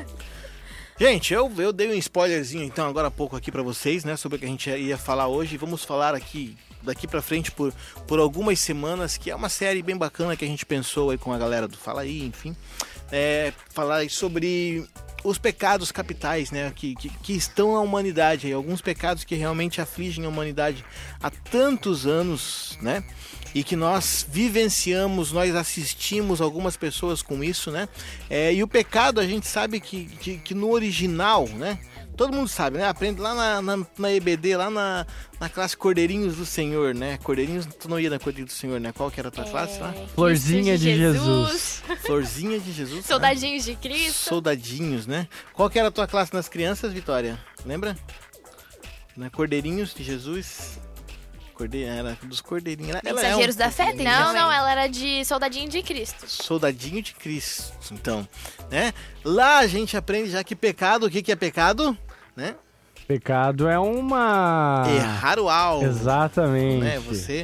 Gente, eu dei um spoilerzinho então agora há pouco aqui pra vocês, né, sobre o que a gente ia falar hoje. Vamos falar aqui daqui pra frente por algumas semanas, que é uma série bem bacana que a gente pensou aí com a galera do Fala Aí, enfim. Falar sobre os pecados capitais, né, que estão na humanidade aí, alguns pecados que realmente afligem a humanidade há tantos anos, né? E que nós vivenciamos, nós assistimos algumas pessoas com isso, né? E o pecado, a gente sabe que no original, né? Todo mundo sabe, né? Aprende lá na EBD, lá na classe Cordeirinhos do Senhor, né? Cordeirinhos, tu não ia na Cordeirinhos do Senhor, né? Qual que era a tua classe lá? Florzinha de Jesus. Florzinha de Jesus. Soldadinhos de Cristo. Soldadinhos, né? Qual que era a tua classe nas crianças, Vitória? Lembra? Na Cordeirinhos de Jesus... Era dos Cordeirinhos. Mensageiros da Fé? Não, ela era de Soldadinho de Cristo. Soldadinho de Cristo, então, né? Lá a gente aprende já que pecado, o que é pecado, né? Pecado é uma... errar o alvo. Exatamente. Né? Você...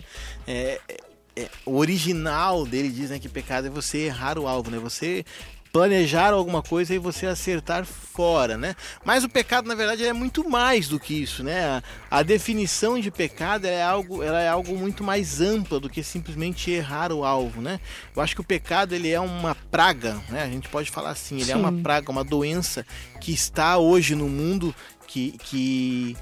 o original dele diz, né, que pecado é você errar o alvo, né? Você planejar alguma coisa e você acertar fora, né? Mas o pecado, na verdade, é muito mais do que isso, né? A definição de pecado é algo muito mais ampla do que simplesmente errar o alvo, né? Eu acho que o pecado, ele é uma praga, né? A gente pode falar assim, ele é uma praga, uma doença que está hoje no mundo que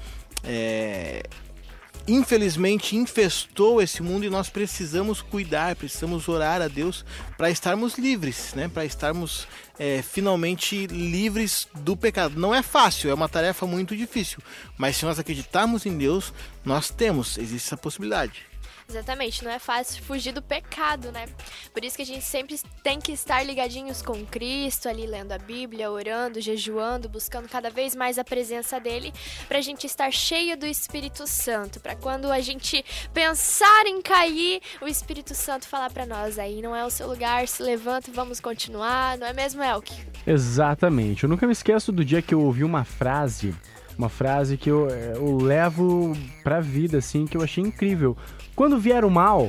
infelizmente infestou esse mundo e nós precisamos cuidar, precisamos orar a Deus para estarmos livres, né? Para estarmos finalmente livres do pecado. Não é fácil, é uma tarefa muito difícil, mas se nós acreditarmos em Deus, existe essa possibilidade. Exatamente, não é fácil fugir do pecado, né? Por isso que a gente sempre tem que estar ligadinhos com Cristo, ali lendo a Bíblia, orando, jejuando, buscando cada vez mais a presença dele, pra gente estar cheio do Espírito Santo, pra quando a gente pensar em cair, o Espírito Santo falar pra nós, aí não é o seu lugar, se levanta e vamos continuar, não é mesmo, Elk? Exatamente, eu nunca me esqueço do dia que eu ouvi uma frase que eu levo pra vida, assim, que eu achei incrível. Quando vier o mal,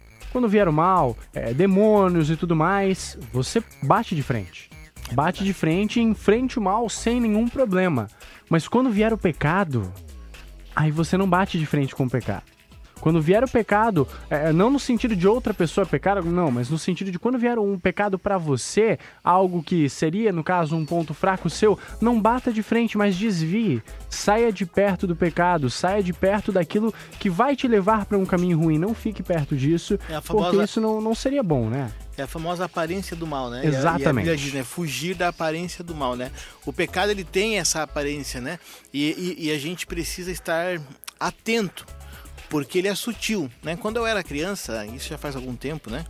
demônios e tudo mais, você bate de frente. Bate de frente e enfrente o mal sem nenhum problema. Mas quando vier o pecado, aí você não bate de frente com o pecado. Quando vier o pecado, não no sentido de outra pessoa pecar, não, mas no sentido de quando vier um pecado pra você, algo que seria, no caso, um ponto fraco seu, não bata de frente, mas desvie. Saia de perto do pecado, saia de perto daquilo que vai te levar pra um caminho ruim. Não fique perto disso, porque isso não seria bom, né? É a famosa aparência do mal, né? Exatamente. E a Bíblia diz, né? Fugir da aparência do mal, né? O pecado, ele tem essa aparência, né? E a gente precisa estar atento, porque ele é sutil, né? Quando eu era criança, isso já faz algum tempo, né?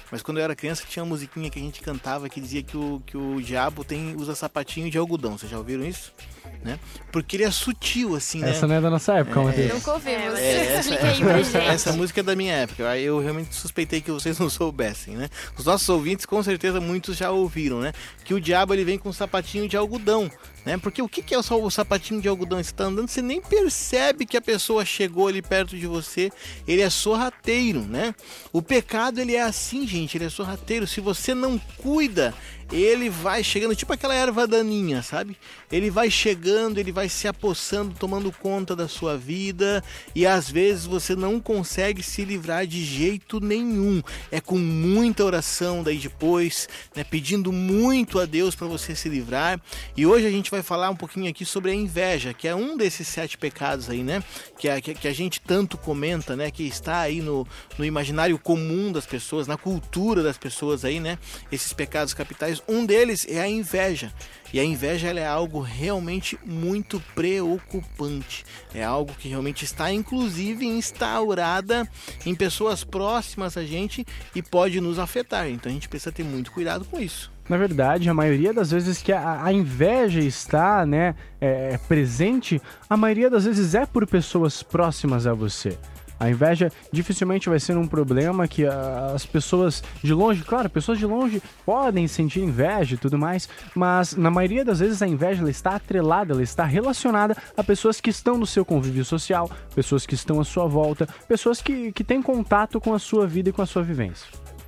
mas quando eu era criança tinha uma musiquinha que a gente cantava que dizia que o diabo usa sapatinho de algodão. Vocês já ouviram isso? Né? Porque ele é sutil, assim, né? Essa não é da nossa época, Matheus. Nunca ouvimos. Explica aí pra gente. Essa música é da minha época. Aí eu realmente suspeitei que vocês não soubessem, né? Os nossos ouvintes, com certeza, muitos já ouviram, né? Que o diabo ele vem com um sapatinho de algodão, né? Porque o que é o sapatinho de algodão? Você tá andando, você nem percebe que a pessoa chegou ali perto de você. Ele é sorrateiro, né? O pecado, ele é assim, gente. Ele é sorrateiro. Se você não cuida, ele vai chegando, tipo aquela erva daninha, sabe? Ele vai chegando, ele vai se apossando, tomando conta da sua vida, e às vezes você não consegue se livrar de jeito nenhum. É com muita oração daí depois, né? Pedindo muito a Deus para você se livrar. E hoje a gente vai falar um pouquinho aqui sobre a inveja, que é um desses 7 pecados aí, né? Que a gente tanto comenta, né? Que está aí no imaginário comum das pessoas, na cultura das pessoas aí, né? Esses pecados capitais. Um deles é a inveja. E a inveja ela é algo realmente muito preocupante. É algo que realmente está, inclusive, instaurada em pessoas próximas a gente e pode nos afetar. Então a gente precisa ter muito cuidado com isso. Na verdade, a maioria das vezes que a inveja está, né, presente, a maioria das vezes é por pessoas próximas a você. A inveja dificilmente vai ser um problema que as pessoas de longe, claro, pessoas de longe podem sentir inveja e tudo mais, mas na maioria das vezes a inveja ela está atrelada, ela está relacionada a pessoas que estão no seu convívio social, pessoas que estão à sua volta, pessoas que têm contato com a sua vida e com a sua vivência.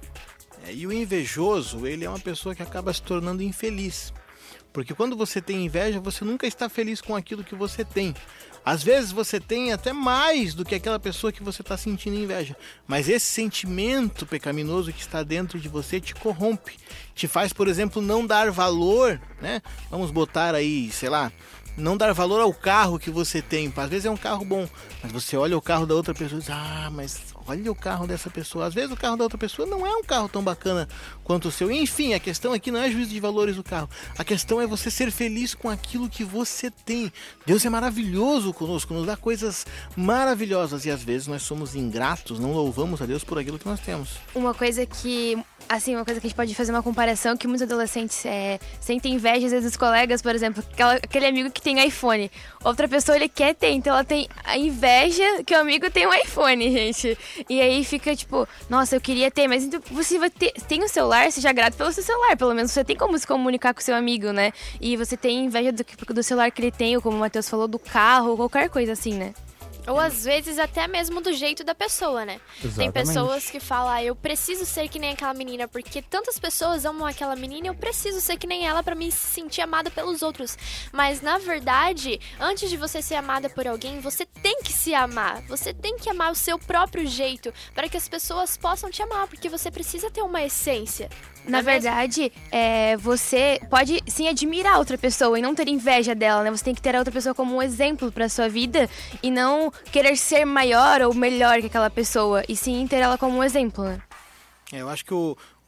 E o invejoso, ele é uma pessoa que acaba se tornando infeliz. Porque quando você tem inveja, você nunca está feliz com aquilo que você tem. Às vezes você tem até mais do que aquela pessoa que você está sentindo inveja. Mas esse sentimento pecaminoso que está dentro de você te corrompe. Te faz, por exemplo, não dar valor, né? Vamos botar aí, sei lá, não dar valor ao carro que você tem. Às vezes é um carro bom, mas você olha o carro da outra pessoa e diz, mas olha o carro dessa pessoa. Às vezes o carro da outra pessoa não é um carro tão bacana quanto o seu. Enfim, a questão aqui não é juízo de valores do carro. A questão é você ser feliz com aquilo que você tem. Deus é maravilhoso conosco, nos dá coisas maravilhosas. E às vezes nós somos ingratos, não louvamos a Deus por aquilo que nós temos. Uma coisa que a gente pode fazer uma comparação, que muitos adolescentes sentem inveja às vezes dos colegas, por exemplo, aquele amigo que tem iPhone. Outra pessoa ele quer ter, então ela tem a inveja que o amigo tem um iPhone, gente. E aí fica tipo, nossa, eu queria ter, mas então você vai ter, tem um celular, seja grato pelo seu celular, pelo menos você tem como se comunicar com o seu amigo, né? E você tem inveja do celular que ele tem, ou como o Matheus falou, do carro, ou qualquer coisa assim, né? Ou às vezes até mesmo do jeito da pessoa, né? Exatamente. Tem pessoas que falam, eu preciso ser que nem aquela menina, porque tantas pessoas amam aquela menina e eu preciso ser que nem ela pra me sentir amada pelos outros. Mas na verdade, antes de você ser amada por alguém, você tem que se amar. Você tem que amar o seu próprio jeito para que as pessoas possam te amar, porque você precisa ter uma essência. Na verdade, você pode sim admirar outra pessoa e não ter inveja dela, né? Você tem que ter a outra pessoa como um exemplo pra sua vida e não querer ser maior ou melhor que aquela pessoa, e sim ter ela como um exemplo, né? Eu acho que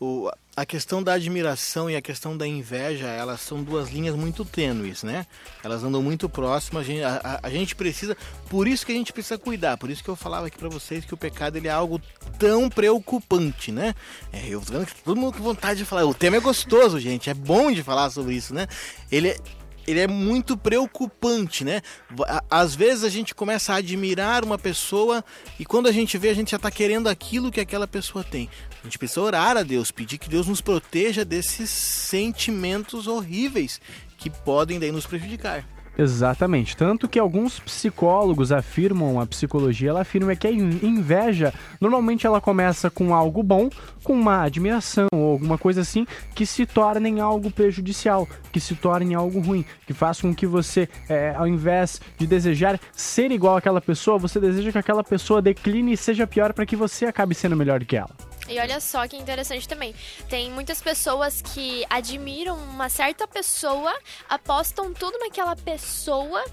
a questão da admiração e a questão da inveja, elas são duas linhas muito tênues, né? Elas andam muito próximas, a gente precisa, por isso que a gente precisa cuidar, por isso que eu falava aqui pra vocês que o pecado ele é algo tão preocupante, né? Eu tô vendo que todo mundo com vontade de falar, o tema é gostoso, gente, é bom de falar sobre isso, né? Ele é muito preocupante, né? Às vezes a gente começa a admirar uma pessoa e quando a gente vê, a gente já está querendo aquilo que aquela pessoa tem. A gente precisa orar a Deus, pedir que Deus nos proteja desses sentimentos horríveis que podem daí nos prejudicar. Exatamente, tanto que alguns psicólogos afirmam, a psicologia ela afirma que a inveja normalmente ela começa com algo bom, com uma admiração ou alguma coisa assim, que se torna em algo prejudicial, que se torna em algo ruim, que faz com que você, ao invés de desejar ser igual àquela pessoa, você deseja que aquela pessoa decline e seja pior para que você acabe sendo melhor que ela. E olha só que interessante também. Tem muitas pessoas que admiram uma certa pessoa, apostam tudo naquela pessoa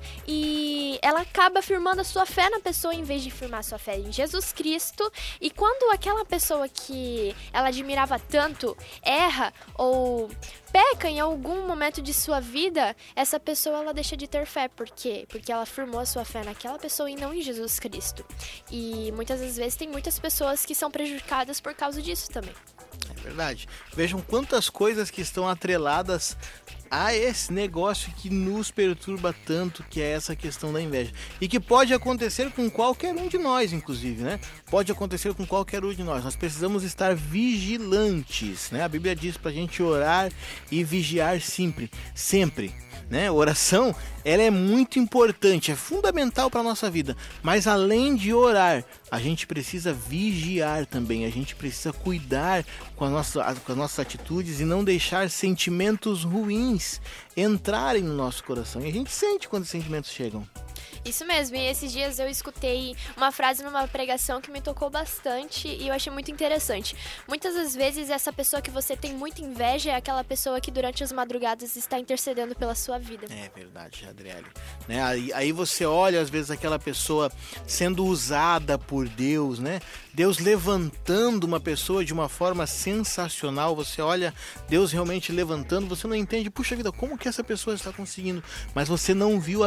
e ela acaba firmando a sua fé na pessoa em vez de firmar a sua fé em Jesus Cristo. E quando aquela pessoa que ela admirava tanto erra ou peca em algum momento de sua vida, essa pessoa ela deixa de ter fé. Por quê? Porque ela firmou a sua fé naquela pessoa e não em Jesus Cristo. E muitas das vezes tem muitas pessoas que são prejudicadas por causa disso também. É verdade. Vejam quantas coisas que estão atreladas a esse negócio que nos perturba tanto, que é essa questão da inveja. E que pode acontecer com qualquer um de nós, inclusive, né? Pode acontecer com qualquer um de nós. Nós precisamos estar vigilantes, né? A Bíblia diz pra gente orar e vigiar sempre. Né? Oração, ela é muito importante, é fundamental para a nossa vida, mas além de orar, a gente precisa vigiar também, a gente precisa cuidar com as nossas atitudes e não deixar sentimentos ruins entrarem no nosso coração. E a gente sente quando os sentimentos chegam. Isso mesmo, e esses dias eu escutei uma frase numa pregação que me tocou bastante e eu achei muito interessante. Muitas das vezes essa pessoa que você tem muita inveja é aquela pessoa que durante as madrugadas está intercedendo pela sua vida. É verdade, Adriele. Né? Aí você olha às vezes aquela pessoa sendo usada por Deus, né? Deus levantando uma pessoa de uma forma sensacional, você olha Deus realmente levantando, você não entende, puxa vida, como que essa pessoa está conseguindo? Mas você não viu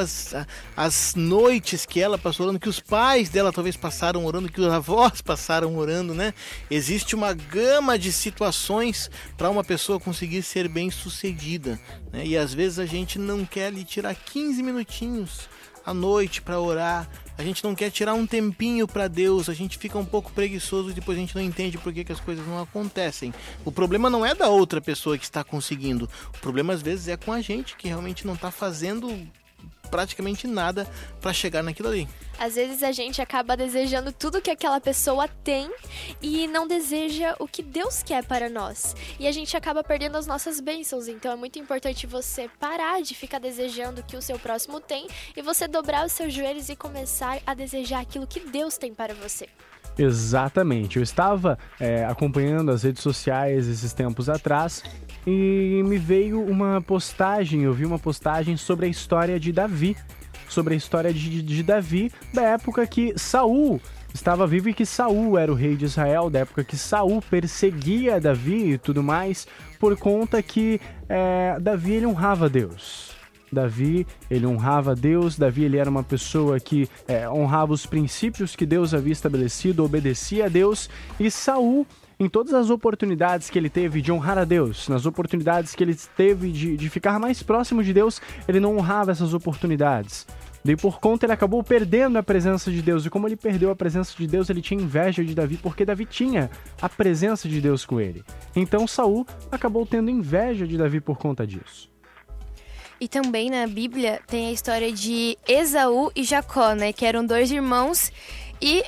as noites que ela passou orando, que os pais dela talvez passaram orando, que os avós passaram orando, né? Existe uma gama de situações para uma pessoa conseguir ser bem sucedida, né? E às vezes a gente não quer lhe tirar 15 minutinhos à noite para orar, a gente não quer tirar um tempinho para Deus, a gente fica um pouco preguiçoso e depois a gente não entende por que as coisas não acontecem. O problema não é da outra pessoa que está conseguindo, o problema às vezes é com a gente que realmente não está fazendo praticamente nada para chegar naquilo ali. Às vezes a gente acaba desejando tudo que aquela pessoa tem e não deseja o que Deus quer para nós. E a gente acaba perdendo as nossas bênçãos. Então é muito importante você parar de ficar desejando o que o seu próximo tem e você dobrar os seus joelhos e começar a desejar aquilo que Deus tem para você. Exatamente. Eu estava acompanhando as redes sociais esses tempos atrás e me veio uma postagem, eu vi uma postagem sobre a história de Davi. Sobre a história de Davi, da época que Saul estava vivo e que Saul era o rei de Israel, da época que Saul perseguia Davi e tudo mais, por conta que Davi ele honrava Deus. Davi, ele honrava Deus, Davi ele era uma pessoa que honrava os princípios que Deus havia estabelecido, obedecia a Deus, e Saul, em todas as oportunidades que ele teve de honrar a Deus, nas oportunidades que ele teve de ficar mais próximo de Deus, ele não honrava essas oportunidades. Daí por conta ele acabou perdendo a presença de Deus, e como ele perdeu a presença de Deus, ele tinha inveja de Davi, porque Davi tinha a presença de Deus com ele. Então Saul acabou tendo inveja de Davi por conta disso. E também na Bíblia tem a história de Esaú e Jacó, né? Que eram dois irmãos e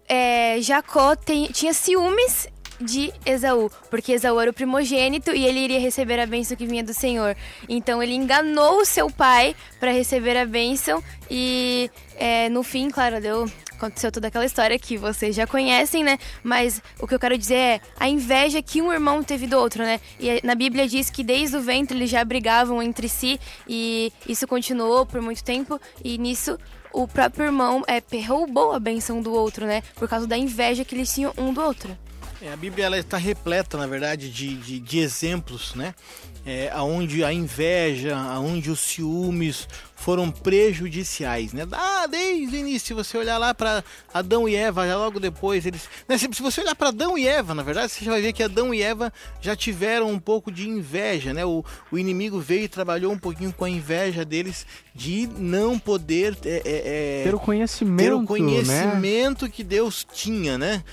Jacó tinha ciúmes de Esaú, porque Esaú era o primogênito e ele iria receber a bênção que vinha do Senhor. Então ele enganou o seu pai para receber a bênção e no fim, claro, aconteceu toda aquela história que vocês já conhecem, né? Mas o que eu quero dizer é a inveja que um irmão teve do outro, né? E na Bíblia diz que desde o ventre eles já brigavam entre si e isso continuou por muito tempo e nisso o próprio irmão roubou a bênção do outro, né? Por causa da inveja que eles tinham um do outro. A Bíblia ela está repleta, na verdade, de exemplos, né? Onde a inveja, onde os ciúmes foram prejudiciais, né? Desde o início, se você olhar lá para Adão e Eva, já logo depois eles... Né? Se você olhar para Adão e Eva, na verdade, você já vai ver que Adão e Eva já tiveram um pouco de inveja, né? O inimigo veio e trabalhou um pouquinho com a inveja deles de não poder ter o conhecimento, né? Que Deus tinha, né?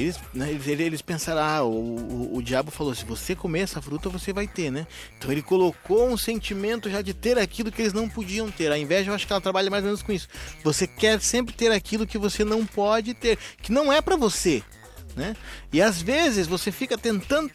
Eles pensaram, o diabo falou, se você comer essa fruta, você vai ter, né? Então ele colocou um sentimento já de ter aquilo que eles não podiam ter. A inveja, eu acho que ela trabalha mais ou menos com isso. Você quer sempre ter aquilo que você não pode ter, que não é pra você, né? E às vezes você fica tentando,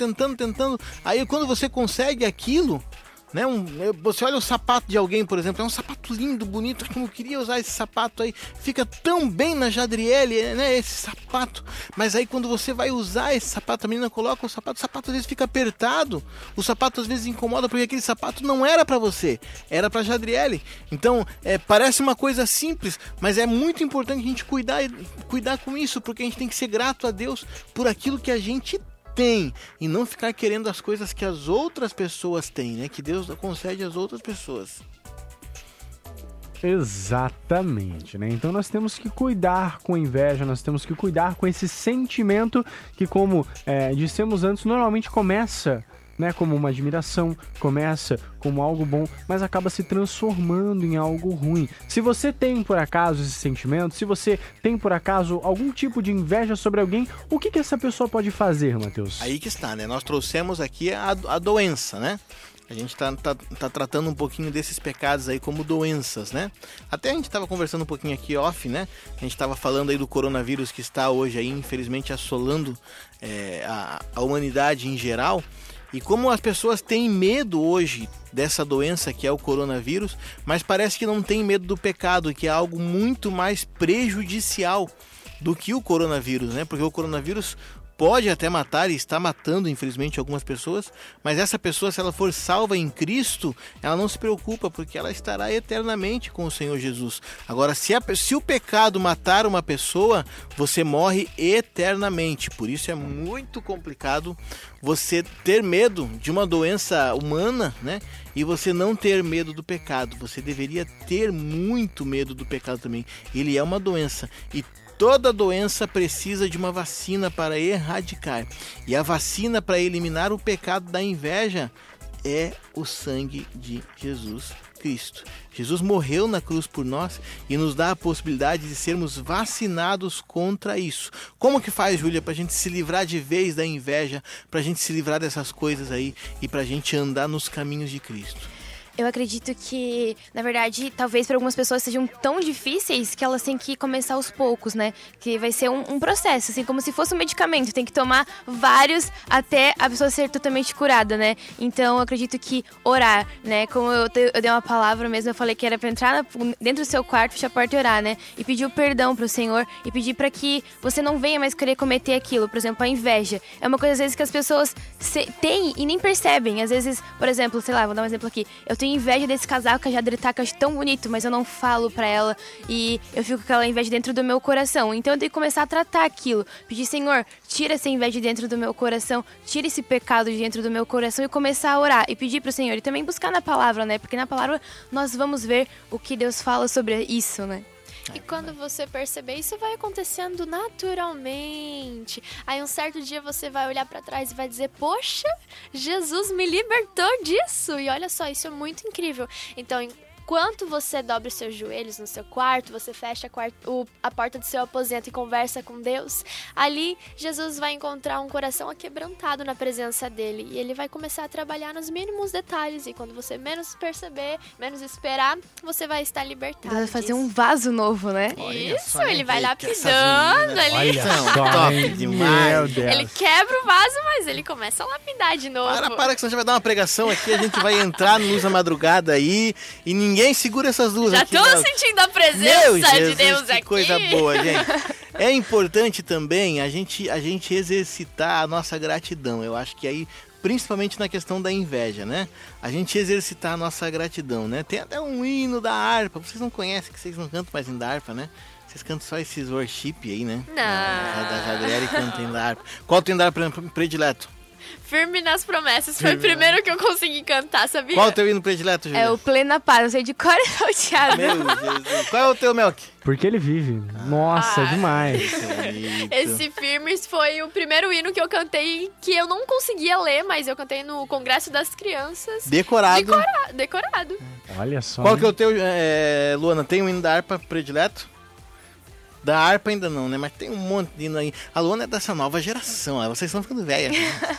aí quando você consegue aquilo, né? Você olha o sapato de alguém, por exemplo, é um sapato lindo, bonito, como eu queria usar esse sapato aí, fica tão bem na Jadriele, né? Esse sapato, mas aí quando você vai usar esse sapato, a menina coloca o sapato às vezes fica apertado, o sapato às vezes incomoda porque aquele sapato não era pra você, era pra Jadriele. Então, parece uma coisa simples, mas é muito importante a gente cuidar com isso, porque a gente tem que ser grato a Deus por aquilo que a gente tem e não ficar querendo as coisas que as outras pessoas têm, né? Que Deus concede às outras pessoas. Exatamente, né? Então nós temos que cuidar com a inveja, nós temos que cuidar com esse sentimento que, como dissemos antes, normalmente começa, né, como uma admiração, começa como algo bom, mas acaba se transformando em algo ruim. Se você tem, por acaso, esse sentimento, se você tem, por acaso, algum tipo de inveja sobre alguém, o que essa pessoa pode fazer, Matheus? Aí que está, né? Nós trouxemos aqui a doença, né? A gente tá tratando um pouquinho desses pecados aí como doenças, né? Até a gente estava conversando um pouquinho aqui off, né? A gente estava falando aí do coronavírus que está hoje aí, infelizmente, assolando a humanidade em geral. E como as pessoas têm medo hoje dessa doença que é o coronavírus, mas parece que não tem medo do pecado, que é algo muito mais prejudicial do que o coronavírus, né? Porque o coronavírus pode até matar e está matando, infelizmente, algumas pessoas, mas essa pessoa, se ela for salva em Cristo, ela não se preocupa, porque ela estará eternamente com o Senhor Jesus. Agora, se o pecado matar uma pessoa, você morre eternamente. Por isso é muito complicado você ter medo de uma doença humana, né? E você não ter medo do pecado. Você deveria ter muito medo do pecado também. Ele é uma doença e toda doença precisa de uma vacina para erradicar. E a vacina para eliminar o pecado da inveja é o sangue de Jesus Cristo. Jesus morreu na cruz por nós e nos dá a possibilidade de sermos vacinados contra isso. Como que faz, Júlia, para a gente se livrar de vez da inveja, para a gente se livrar dessas coisas aí e para a gente andar nos caminhos de Cristo? Eu acredito que, na verdade, talvez para algumas pessoas sejam tão difíceis que elas têm que começar aos poucos, né? Que vai ser um processo, assim, como se fosse um medicamento. Tem que tomar vários até a pessoa ser totalmente curada, né? Então, eu acredito que orar, né? Como eu dei uma palavra mesmo, eu falei que era para entrar dentro do seu quarto, fechar a porta e orar, né? E pedir o perdão pro Senhor e pedir para que você não venha mais querer cometer aquilo. Por exemplo, a inveja. É uma coisa, às vezes, que as pessoas têm e nem percebem. Às vezes, por exemplo, sei lá, vou dar um exemplo aqui. Eu tenho inveja desse casaco que a Jadri tá, que eu acho tão bonito, mas eu não falo pra ela e eu fico com aquela inveja dentro do meu coração. Então eu tenho que começar a tratar aquilo. Pedir, Senhor, tira essa inveja de dentro do meu coração, tira esse pecado de dentro do meu coração e começar a orar e pedir pro Senhor. E também buscar na palavra, né? Porque na palavra nós vamos ver o que Deus fala sobre isso, né? E quando você perceber, isso vai acontecendo naturalmente. Aí um certo dia você vai olhar pra trás e vai dizer, poxa, Jesus me libertou disso. E olha só, isso é muito incrível. Então, enquanto você dobra os seus joelhos no seu quarto, você fecha a porta do seu aposento e conversa com Deus, ali Jesus vai encontrar um coração aquebrantado na presença dele. E ele vai começar a trabalhar nos mínimos detalhes. E quando você menos perceber, menos esperar, você vai estar libertado. Ele vai fazer um vaso novo, né? Isso, ele vai lapidando ali. Top demais. Meu Deus. Ele quebra o vaso, mas ele começa a lapidar de novo. Para que senão já vai dar uma pregação aqui, a gente vai entrar no Luz da Madrugada aí e ninguém segura essas duas Já aqui. tô sentindo a presença de Deus que aqui. Coisa boa, gente. É importante também a gente exercitar a nossa gratidão. Eu acho que aí, principalmente na questão da inveja, né? A gente exercitar a nossa gratidão, né? Tem até um hino da harpa. Vocês não conhecem, que vocês não cantam mais hino da harpa, né? Vocês cantam só esses worship aí, né? Não. Da Jadriele canta hino da harpa. Qual o teu hino da harpa predileto? Firme nas promessas. Foi o primeiro que eu consegui cantar, sabia? Qual o teu hino predileto, Júlia? É o Plena Paz, eu sei de cor e salteado. Meu Jesus. Qual é o teu, Melk? Porque ele vive. Nossa, demais. Esse Firmes foi o primeiro hino que eu cantei que eu não conseguia ler, mas eu cantei no Congresso das Crianças. Decorado. Decorado. Olha só. Qual que é o teu, Luana? Tem um hino da harpa predileto? Da harpa ainda não, né? Mas tem um monte de hino aí. A Luana é dessa nova geração, vocês estão ficando velhas.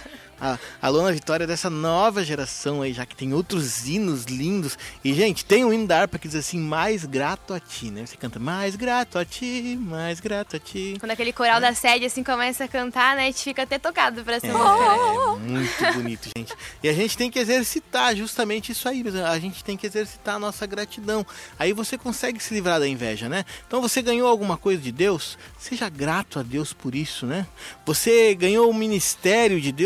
A Luana Vitória é dessa nova geração aí, já que tem outros hinos lindos. E, gente, tem um hino da harpa que diz assim, mais grato a ti, né? Você canta, mais grato a ti, mais grato a ti. Quando aquele coral da sede assim começa a cantar, né? A gente fica até tocado pra cima. Muito bonito, gente. E a gente tem que exercitar justamente isso aí. A gente tem que exercitar a nossa gratidão. Aí você consegue se livrar da inveja, né? Então você ganhou alguma coisa de Deus, seja grato a Deus por isso, né? Você ganhou o ministério de Deus, o seu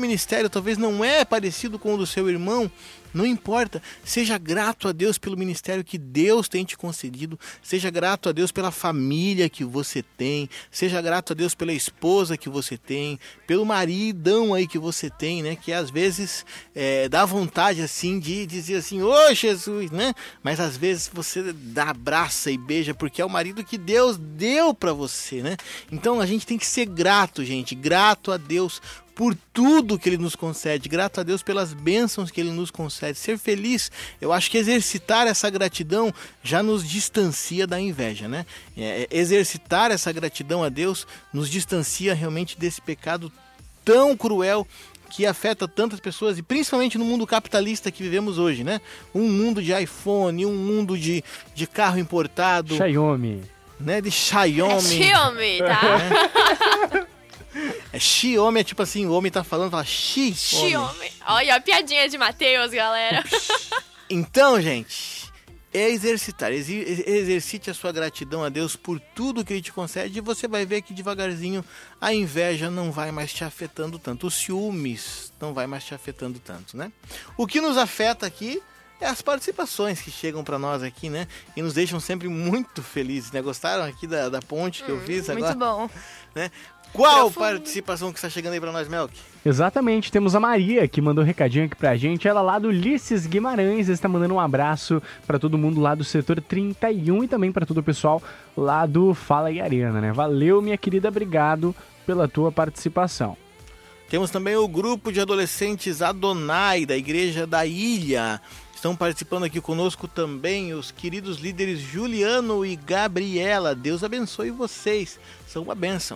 ministério talvez não é parecido com o do seu irmão, não importa, seja grato a Deus pelo ministério que Deus tem te concedido, seja grato a Deus pela família que você tem, seja grato a Deus pela esposa que você tem, pelo maridão aí que você tem, né? Que às vezes dá vontade assim de dizer assim, ô Jesus, né? Mas às vezes você abraça e beija porque é o marido que Deus deu para você, né? Então a gente tem que ser grato, gente, grato a Deus por tudo que Ele nos concede, grato a Deus pelas bênçãos que Ele nos concede, ser feliz. Eu acho que exercitar essa gratidão já nos distancia da inveja, né? Exercitar essa gratidão a Deus nos distancia realmente desse pecado tão cruel que afeta tantas pessoas, e principalmente no mundo capitalista que vivemos hoje, né? Um mundo de iPhone, um mundo de carro importado. Xiaomi. Né? De Xiaomi. Xiaomi, tá? Xiaomi é tipo assim, o homem tá falando, fala Xiaomi. Olha a piadinha de Mateus, galera. Então, gente, é exercitar. Exercite a sua gratidão a Deus por tudo que Ele te concede, e você vai ver que devagarzinho a inveja não vai mais te afetando tanto, os ciúmes não vai mais te afetando tanto, né? O que nos afeta aqui é as participações que chegam para nós aqui, né? E nos deixam sempre muito felizes, né? Gostaram aqui da ponte que eu fiz agora? Muito bom. Né? Qual participação que está chegando aí para nós, Melk? Exatamente, temos a Maria que mandou um recadinho aqui pra gente, ela lá do Ulisses Guimarães, está mandando um abraço para todo mundo lá do setor 31 e também para todo o pessoal lá do Fala e Arena, né? Valeu, minha querida, obrigado pela tua participação. Temos também o grupo de adolescentes Adonai, da Igreja da Ilha. Estão participando aqui conosco também os queridos líderes Juliano e Gabriela. Deus abençoe vocês, são uma bênção.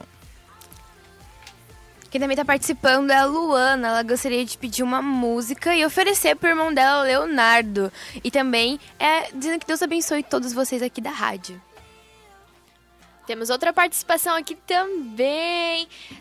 Quem também tá participando é a Luana. Ela gostaria de pedir uma música e oferecer pro irmão dela, Leonardo. E também dizendo que Deus abençoe todos vocês aqui da rádio. Temos outra participação aqui também,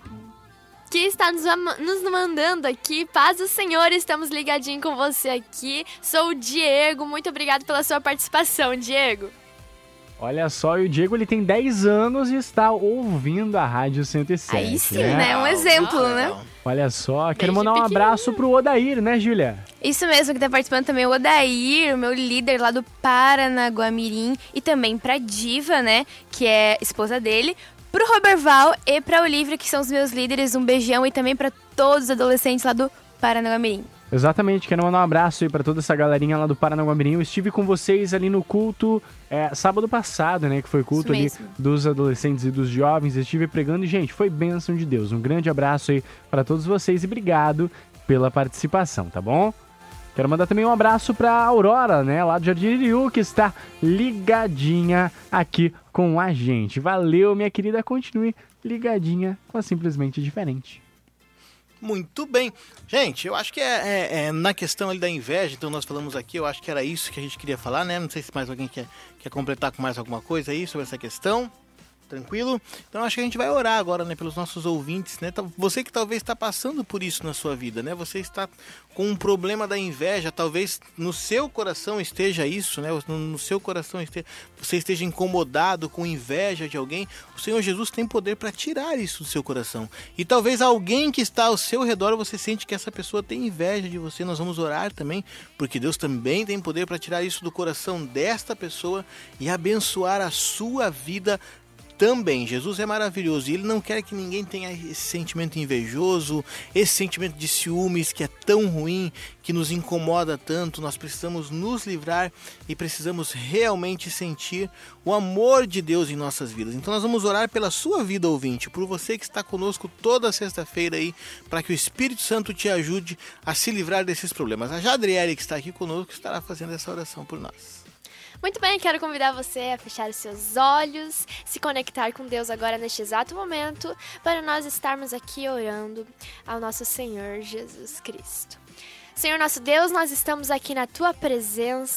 que está nos mandando aqui. Paz do Senhor, estamos ligadinhos com você aqui. Sou o Diego, muito obrigado pela sua participação, Diego. Olha só, e o Diego ele tem 10 anos e está ouvindo a Rádio 107. Aí sim, né? Um exemplo, né? Olha só, quero Desde mandar um abraço pro Odair, né, Júlia? Isso mesmo, que tá participando também o Odair, o meu líder lá do Paranaguamirim. E também pra Diva, né, que é esposa dele. Pro Roberval e pra Olivia, que são os meus líderes, um beijão. E também pra todos os adolescentes lá do Paranaguamirim. Exatamente, quero mandar um abraço aí pra toda essa galerinha lá do Paranaguamirim. Eu estive com vocês ali no culto sábado passado, né? Que foi culto ali dos adolescentes e dos jovens. Eu estive pregando e, gente, foi bênção de Deus. Um grande abraço aí pra todos vocês e obrigado pela participação, tá bom? Quero mandar também um abraço pra Aurora, né? Lá do Jardim Iriú, que está ligadinha aqui com a gente. Valeu, minha querida. Continue ligadinha com a Simplesmente Diferente. Muito bem. Gente, eu acho que na questão ali da inveja, então nós falamos aqui, eu acho que era isso que a gente queria falar, né? Não sei se mais alguém quer completar com mais alguma coisa aí sobre essa questão. Tranquilo? Então acho que a gente vai orar agora, né, pelos nossos ouvintes, né? Você que talvez está passando por isso na sua vida, né? Você está com um problema da inveja, talvez no seu coração esteja isso, né? No seu coração você esteja incomodado com inveja de alguém. O Senhor Jesus tem poder para tirar isso do seu coração. E talvez alguém que está ao seu redor, você sente que essa pessoa tem inveja de você. Nós vamos orar também, porque Deus também tem poder para tirar isso do coração desta pessoa e abençoar a sua vida também. Jesus é maravilhoso e Ele não quer que ninguém tenha esse sentimento invejoso, esse sentimento de ciúmes que é tão ruim, que nos incomoda tanto. Nós precisamos nos livrar e precisamos realmente sentir o amor de Deus em nossas vidas. Então nós vamos orar pela sua vida, ouvinte, por você que está conosco toda sexta-feira aí, para que o Espírito Santo te ajude a se livrar desses problemas. A Jadriele, que está aqui conosco, estará fazendo essa oração por nós. Muito bem, quero convidar você a fechar os seus olhos, se conectar com Deus agora neste exato momento, para nós estarmos aqui orando ao nosso Senhor Jesus Cristo. Senhor nosso Deus, nós estamos aqui na Tua presença,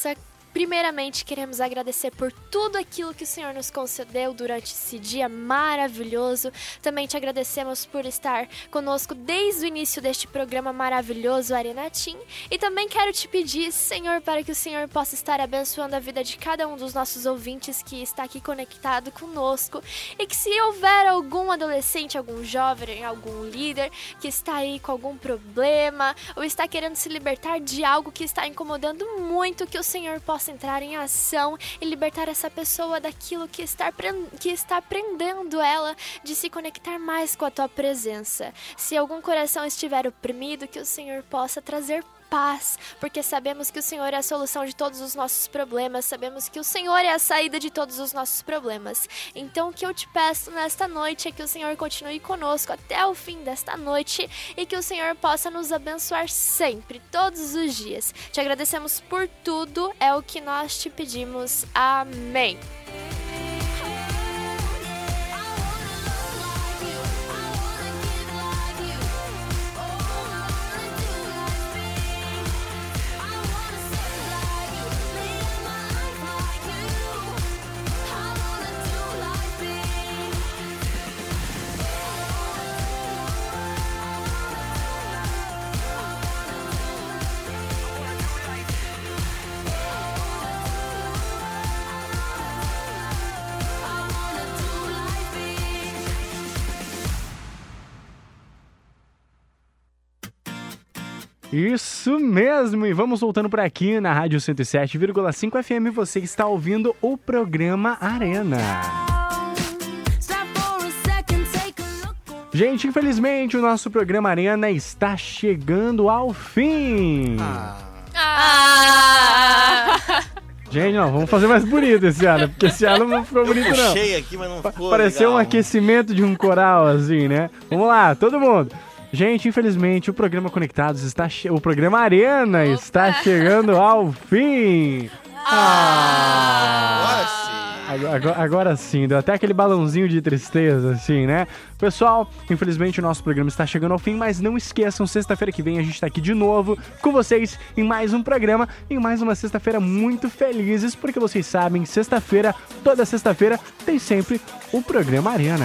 primeiramente queremos agradecer por tudo aquilo que o Senhor nos concedeu durante esse dia maravilhoso. Também te agradecemos por estar conosco desde o início deste programa maravilhoso, Arena Team. E também quero te pedir, Senhor, para que o Senhor possa estar abençoando a vida de cada um dos nossos ouvintes que está aqui conectado conosco. E que se houver algum adolescente, algum jovem, algum líder que está aí com algum problema ou está querendo se libertar de algo que está incomodando muito, que o Senhor possa entrar em ação e libertar essa pessoa daquilo que está prendendo ela de se conectar mais com a tua presença. Se algum coração estiver oprimido, que o Senhor possa trazer paz, porque sabemos que o Senhor é a solução de todos os nossos problemas, sabemos que o Senhor é a saída de todos os nossos problemas. Então o que eu te peço nesta noite é que o Senhor continue conosco até o fim desta noite e que o Senhor possa nos abençoar sempre, todos os dias. Te agradecemos por tudo, é o que nós te pedimos. Amém. Isso mesmo, e vamos voltando por aqui na Rádio 107,5 FM, você está ouvindo o programa Arena. Gente, infelizmente o nosso programa Arena está chegando ao fim. Gente, não, vamos fazer mais bonito esse ano, porque esse ano não ficou bonito não. Cheio aqui, mas não ficou Pareceu legal. um aquecimento de um coral assim, né? Vamos lá, todo mundo. Gente, infelizmente o programa Conectados o programa Arena está chegando ao fim. Agora sim. Agora sim, deu até aquele balãozinho de tristeza, assim, né? Pessoal, infelizmente o nosso programa está chegando ao fim, mas não esqueçam, sexta-feira que vem a gente está aqui de novo com vocês em mais um programa, em mais uma sexta-feira muito felizes, porque vocês sabem, sexta-feira, toda sexta-feira, tem sempre o programa Arena.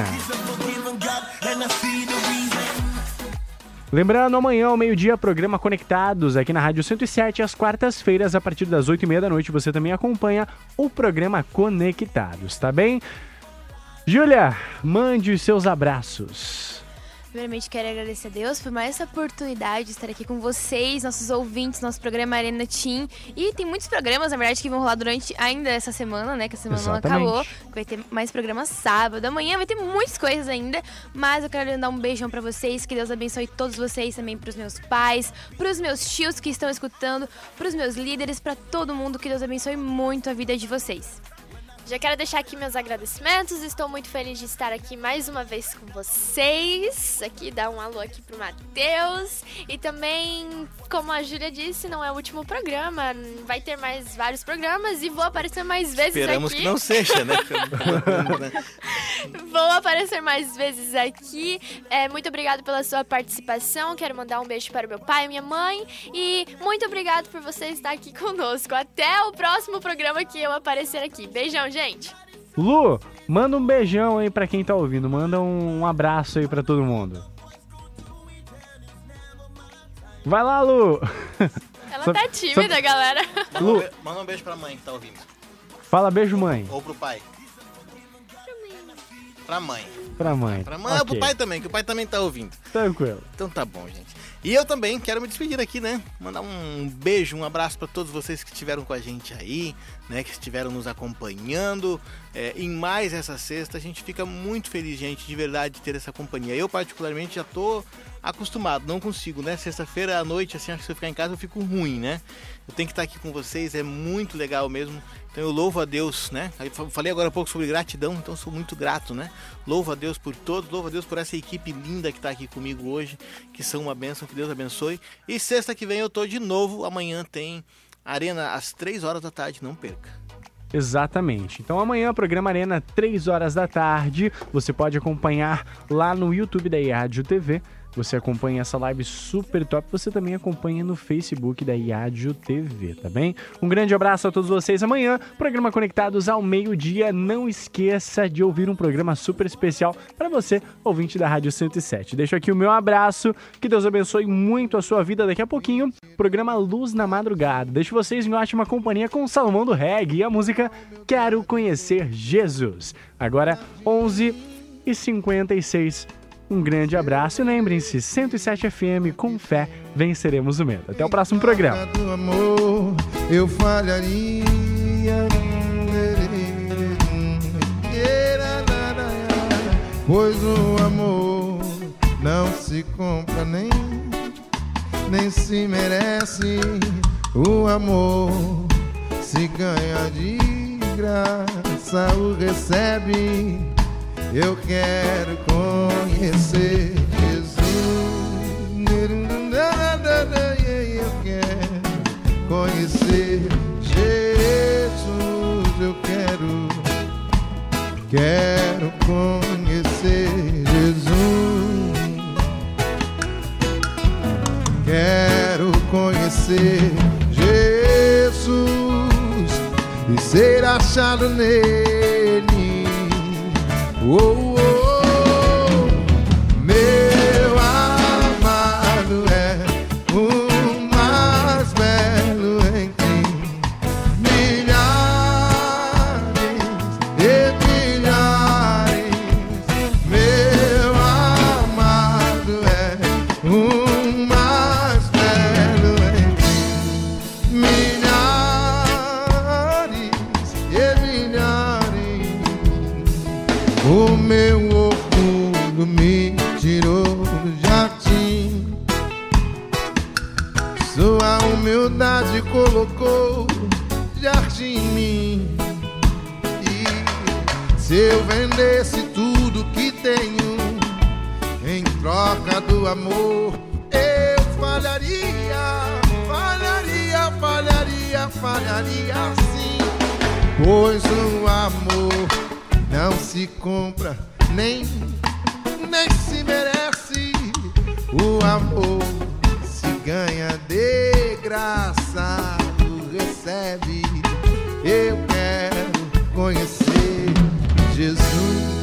Lembrando, amanhã ao meio-dia, programa Conectados aqui na Rádio 107, às quartas-feiras, a partir das 8h30 da noite, você também acompanha o programa Conectados, tá bem? Júlia, mande os seus abraços. Primeiramente, quero agradecer a Deus por mais essa oportunidade de estar aqui com vocês, nossos ouvintes, nosso programa Arena Team. E tem muitos programas, na verdade, que vão rolar durante ainda essa semana, né? Que a semana Exatamente. não acabou. Vai ter mais programas sábado, amanhã vai ter muitas coisas ainda. Mas eu quero dar um beijão pra vocês, que Deus abençoe todos vocês, também pros meus pais, pros meus tios que estão escutando, pros meus líderes, pra todo mundo, que Deus abençoe muito a vida de vocês. Já quero deixar aqui meus agradecimentos, estou muito feliz de estar aqui mais uma vez com vocês. Aqui, dar um alô aqui pro Matheus. E também, como a Júlia disse, não é o último programa, vai ter mais vários programas e vou aparecer mais vezes Esperamos aqui. que não seja, né? Vou aparecer mais vezes aqui. Muito obrigado pela sua participação. Quero mandar um beijo para meu pai e minha mãe. E muito obrigado por você estar aqui conosco. Até o próximo programa que eu aparecer aqui. Beijão, gente. Lu, manda um beijão aí pra quem tá ouvindo, manda um abraço aí pra todo mundo. Vai lá, Lu. Ela tá tímida, galera. Lu, Manda um beijo pra mãe que tá ouvindo. fala beijo, mãe. Ou pro pai. Pra mãe. Pra mãe. Pra mãe, Ok, pro pai também, que o pai também tá ouvindo. tranquilo. Então tá bom, gente. E eu também quero me despedir aqui, né? Mandar um beijo, um abraço pra todos vocês que estiveram com a gente aí, né? Que estiveram nos acompanhando em mais essa sexta. A gente fica muito feliz, gente, de verdade, de ter essa companhia. Eu, particularmente, já tô acostumado, não consigo, né? Sexta-feira à noite, assim, acho que se eu ficar em casa eu fico ruim, né? Eu tenho que estar aqui com vocês, é muito legal mesmo. Então eu louvo a Deus, né? Eu falei agora há pouco sobre gratidão, então sou muito grato, né? Louvo a Deus por todos, louvo a Deus por essa equipe linda que está aqui comigo hoje, que são uma bênção, que Deus abençoe. E sexta que vem eu tô de novo, amanhã tem Arena às 3h da tarde, não perca. Exatamente. Então amanhã, programa Arena, 3h da tarde. Você pode acompanhar lá no YouTube da Rádio TV. você acompanha essa live super top, você também acompanha no Facebook da Iádio TV, tá bem? Um grande abraço a todos vocês. Amanhã, programa Conectados ao meio-dia. Não esqueça de ouvir um programa super especial para você, ouvinte da Rádio 107. Deixo aqui o meu abraço, que Deus abençoe muito a sua vida. Daqui a pouquinho, programa Luz na Madrugada. Deixo vocês em ótima companhia com o Salomão do Reggae e a música Quero Conhecer Jesus. Agora, 11h56. Um grande abraço e lembrem-se, 107 FM, com fé, venceremos o medo. Até o próximo programa. Do amor, eu falharia. Pois o amor não se compra nem se merece. O amor se ganha de graça, o recebe. Eu quero conhecer Jesus. Eu quero conhecer Jesus. Eu quero conhecer Jesus. Quero conhecer Jesus e ser achado nele. Oh, oh, oh. Meu amado é o mais belo entre milhares e milhares. Meu amado é o mais belo entre milhares e milhares. O meu orgulho me tirou do jardim, sua humildade colocou jardim em mim. E se eu vendesse tudo que tenho em troca do amor, eu falharia sim. Pois o amor não se compra, nem se merece. O amor se ganha de graça, o recebe. Eu quero conhecer Jesus.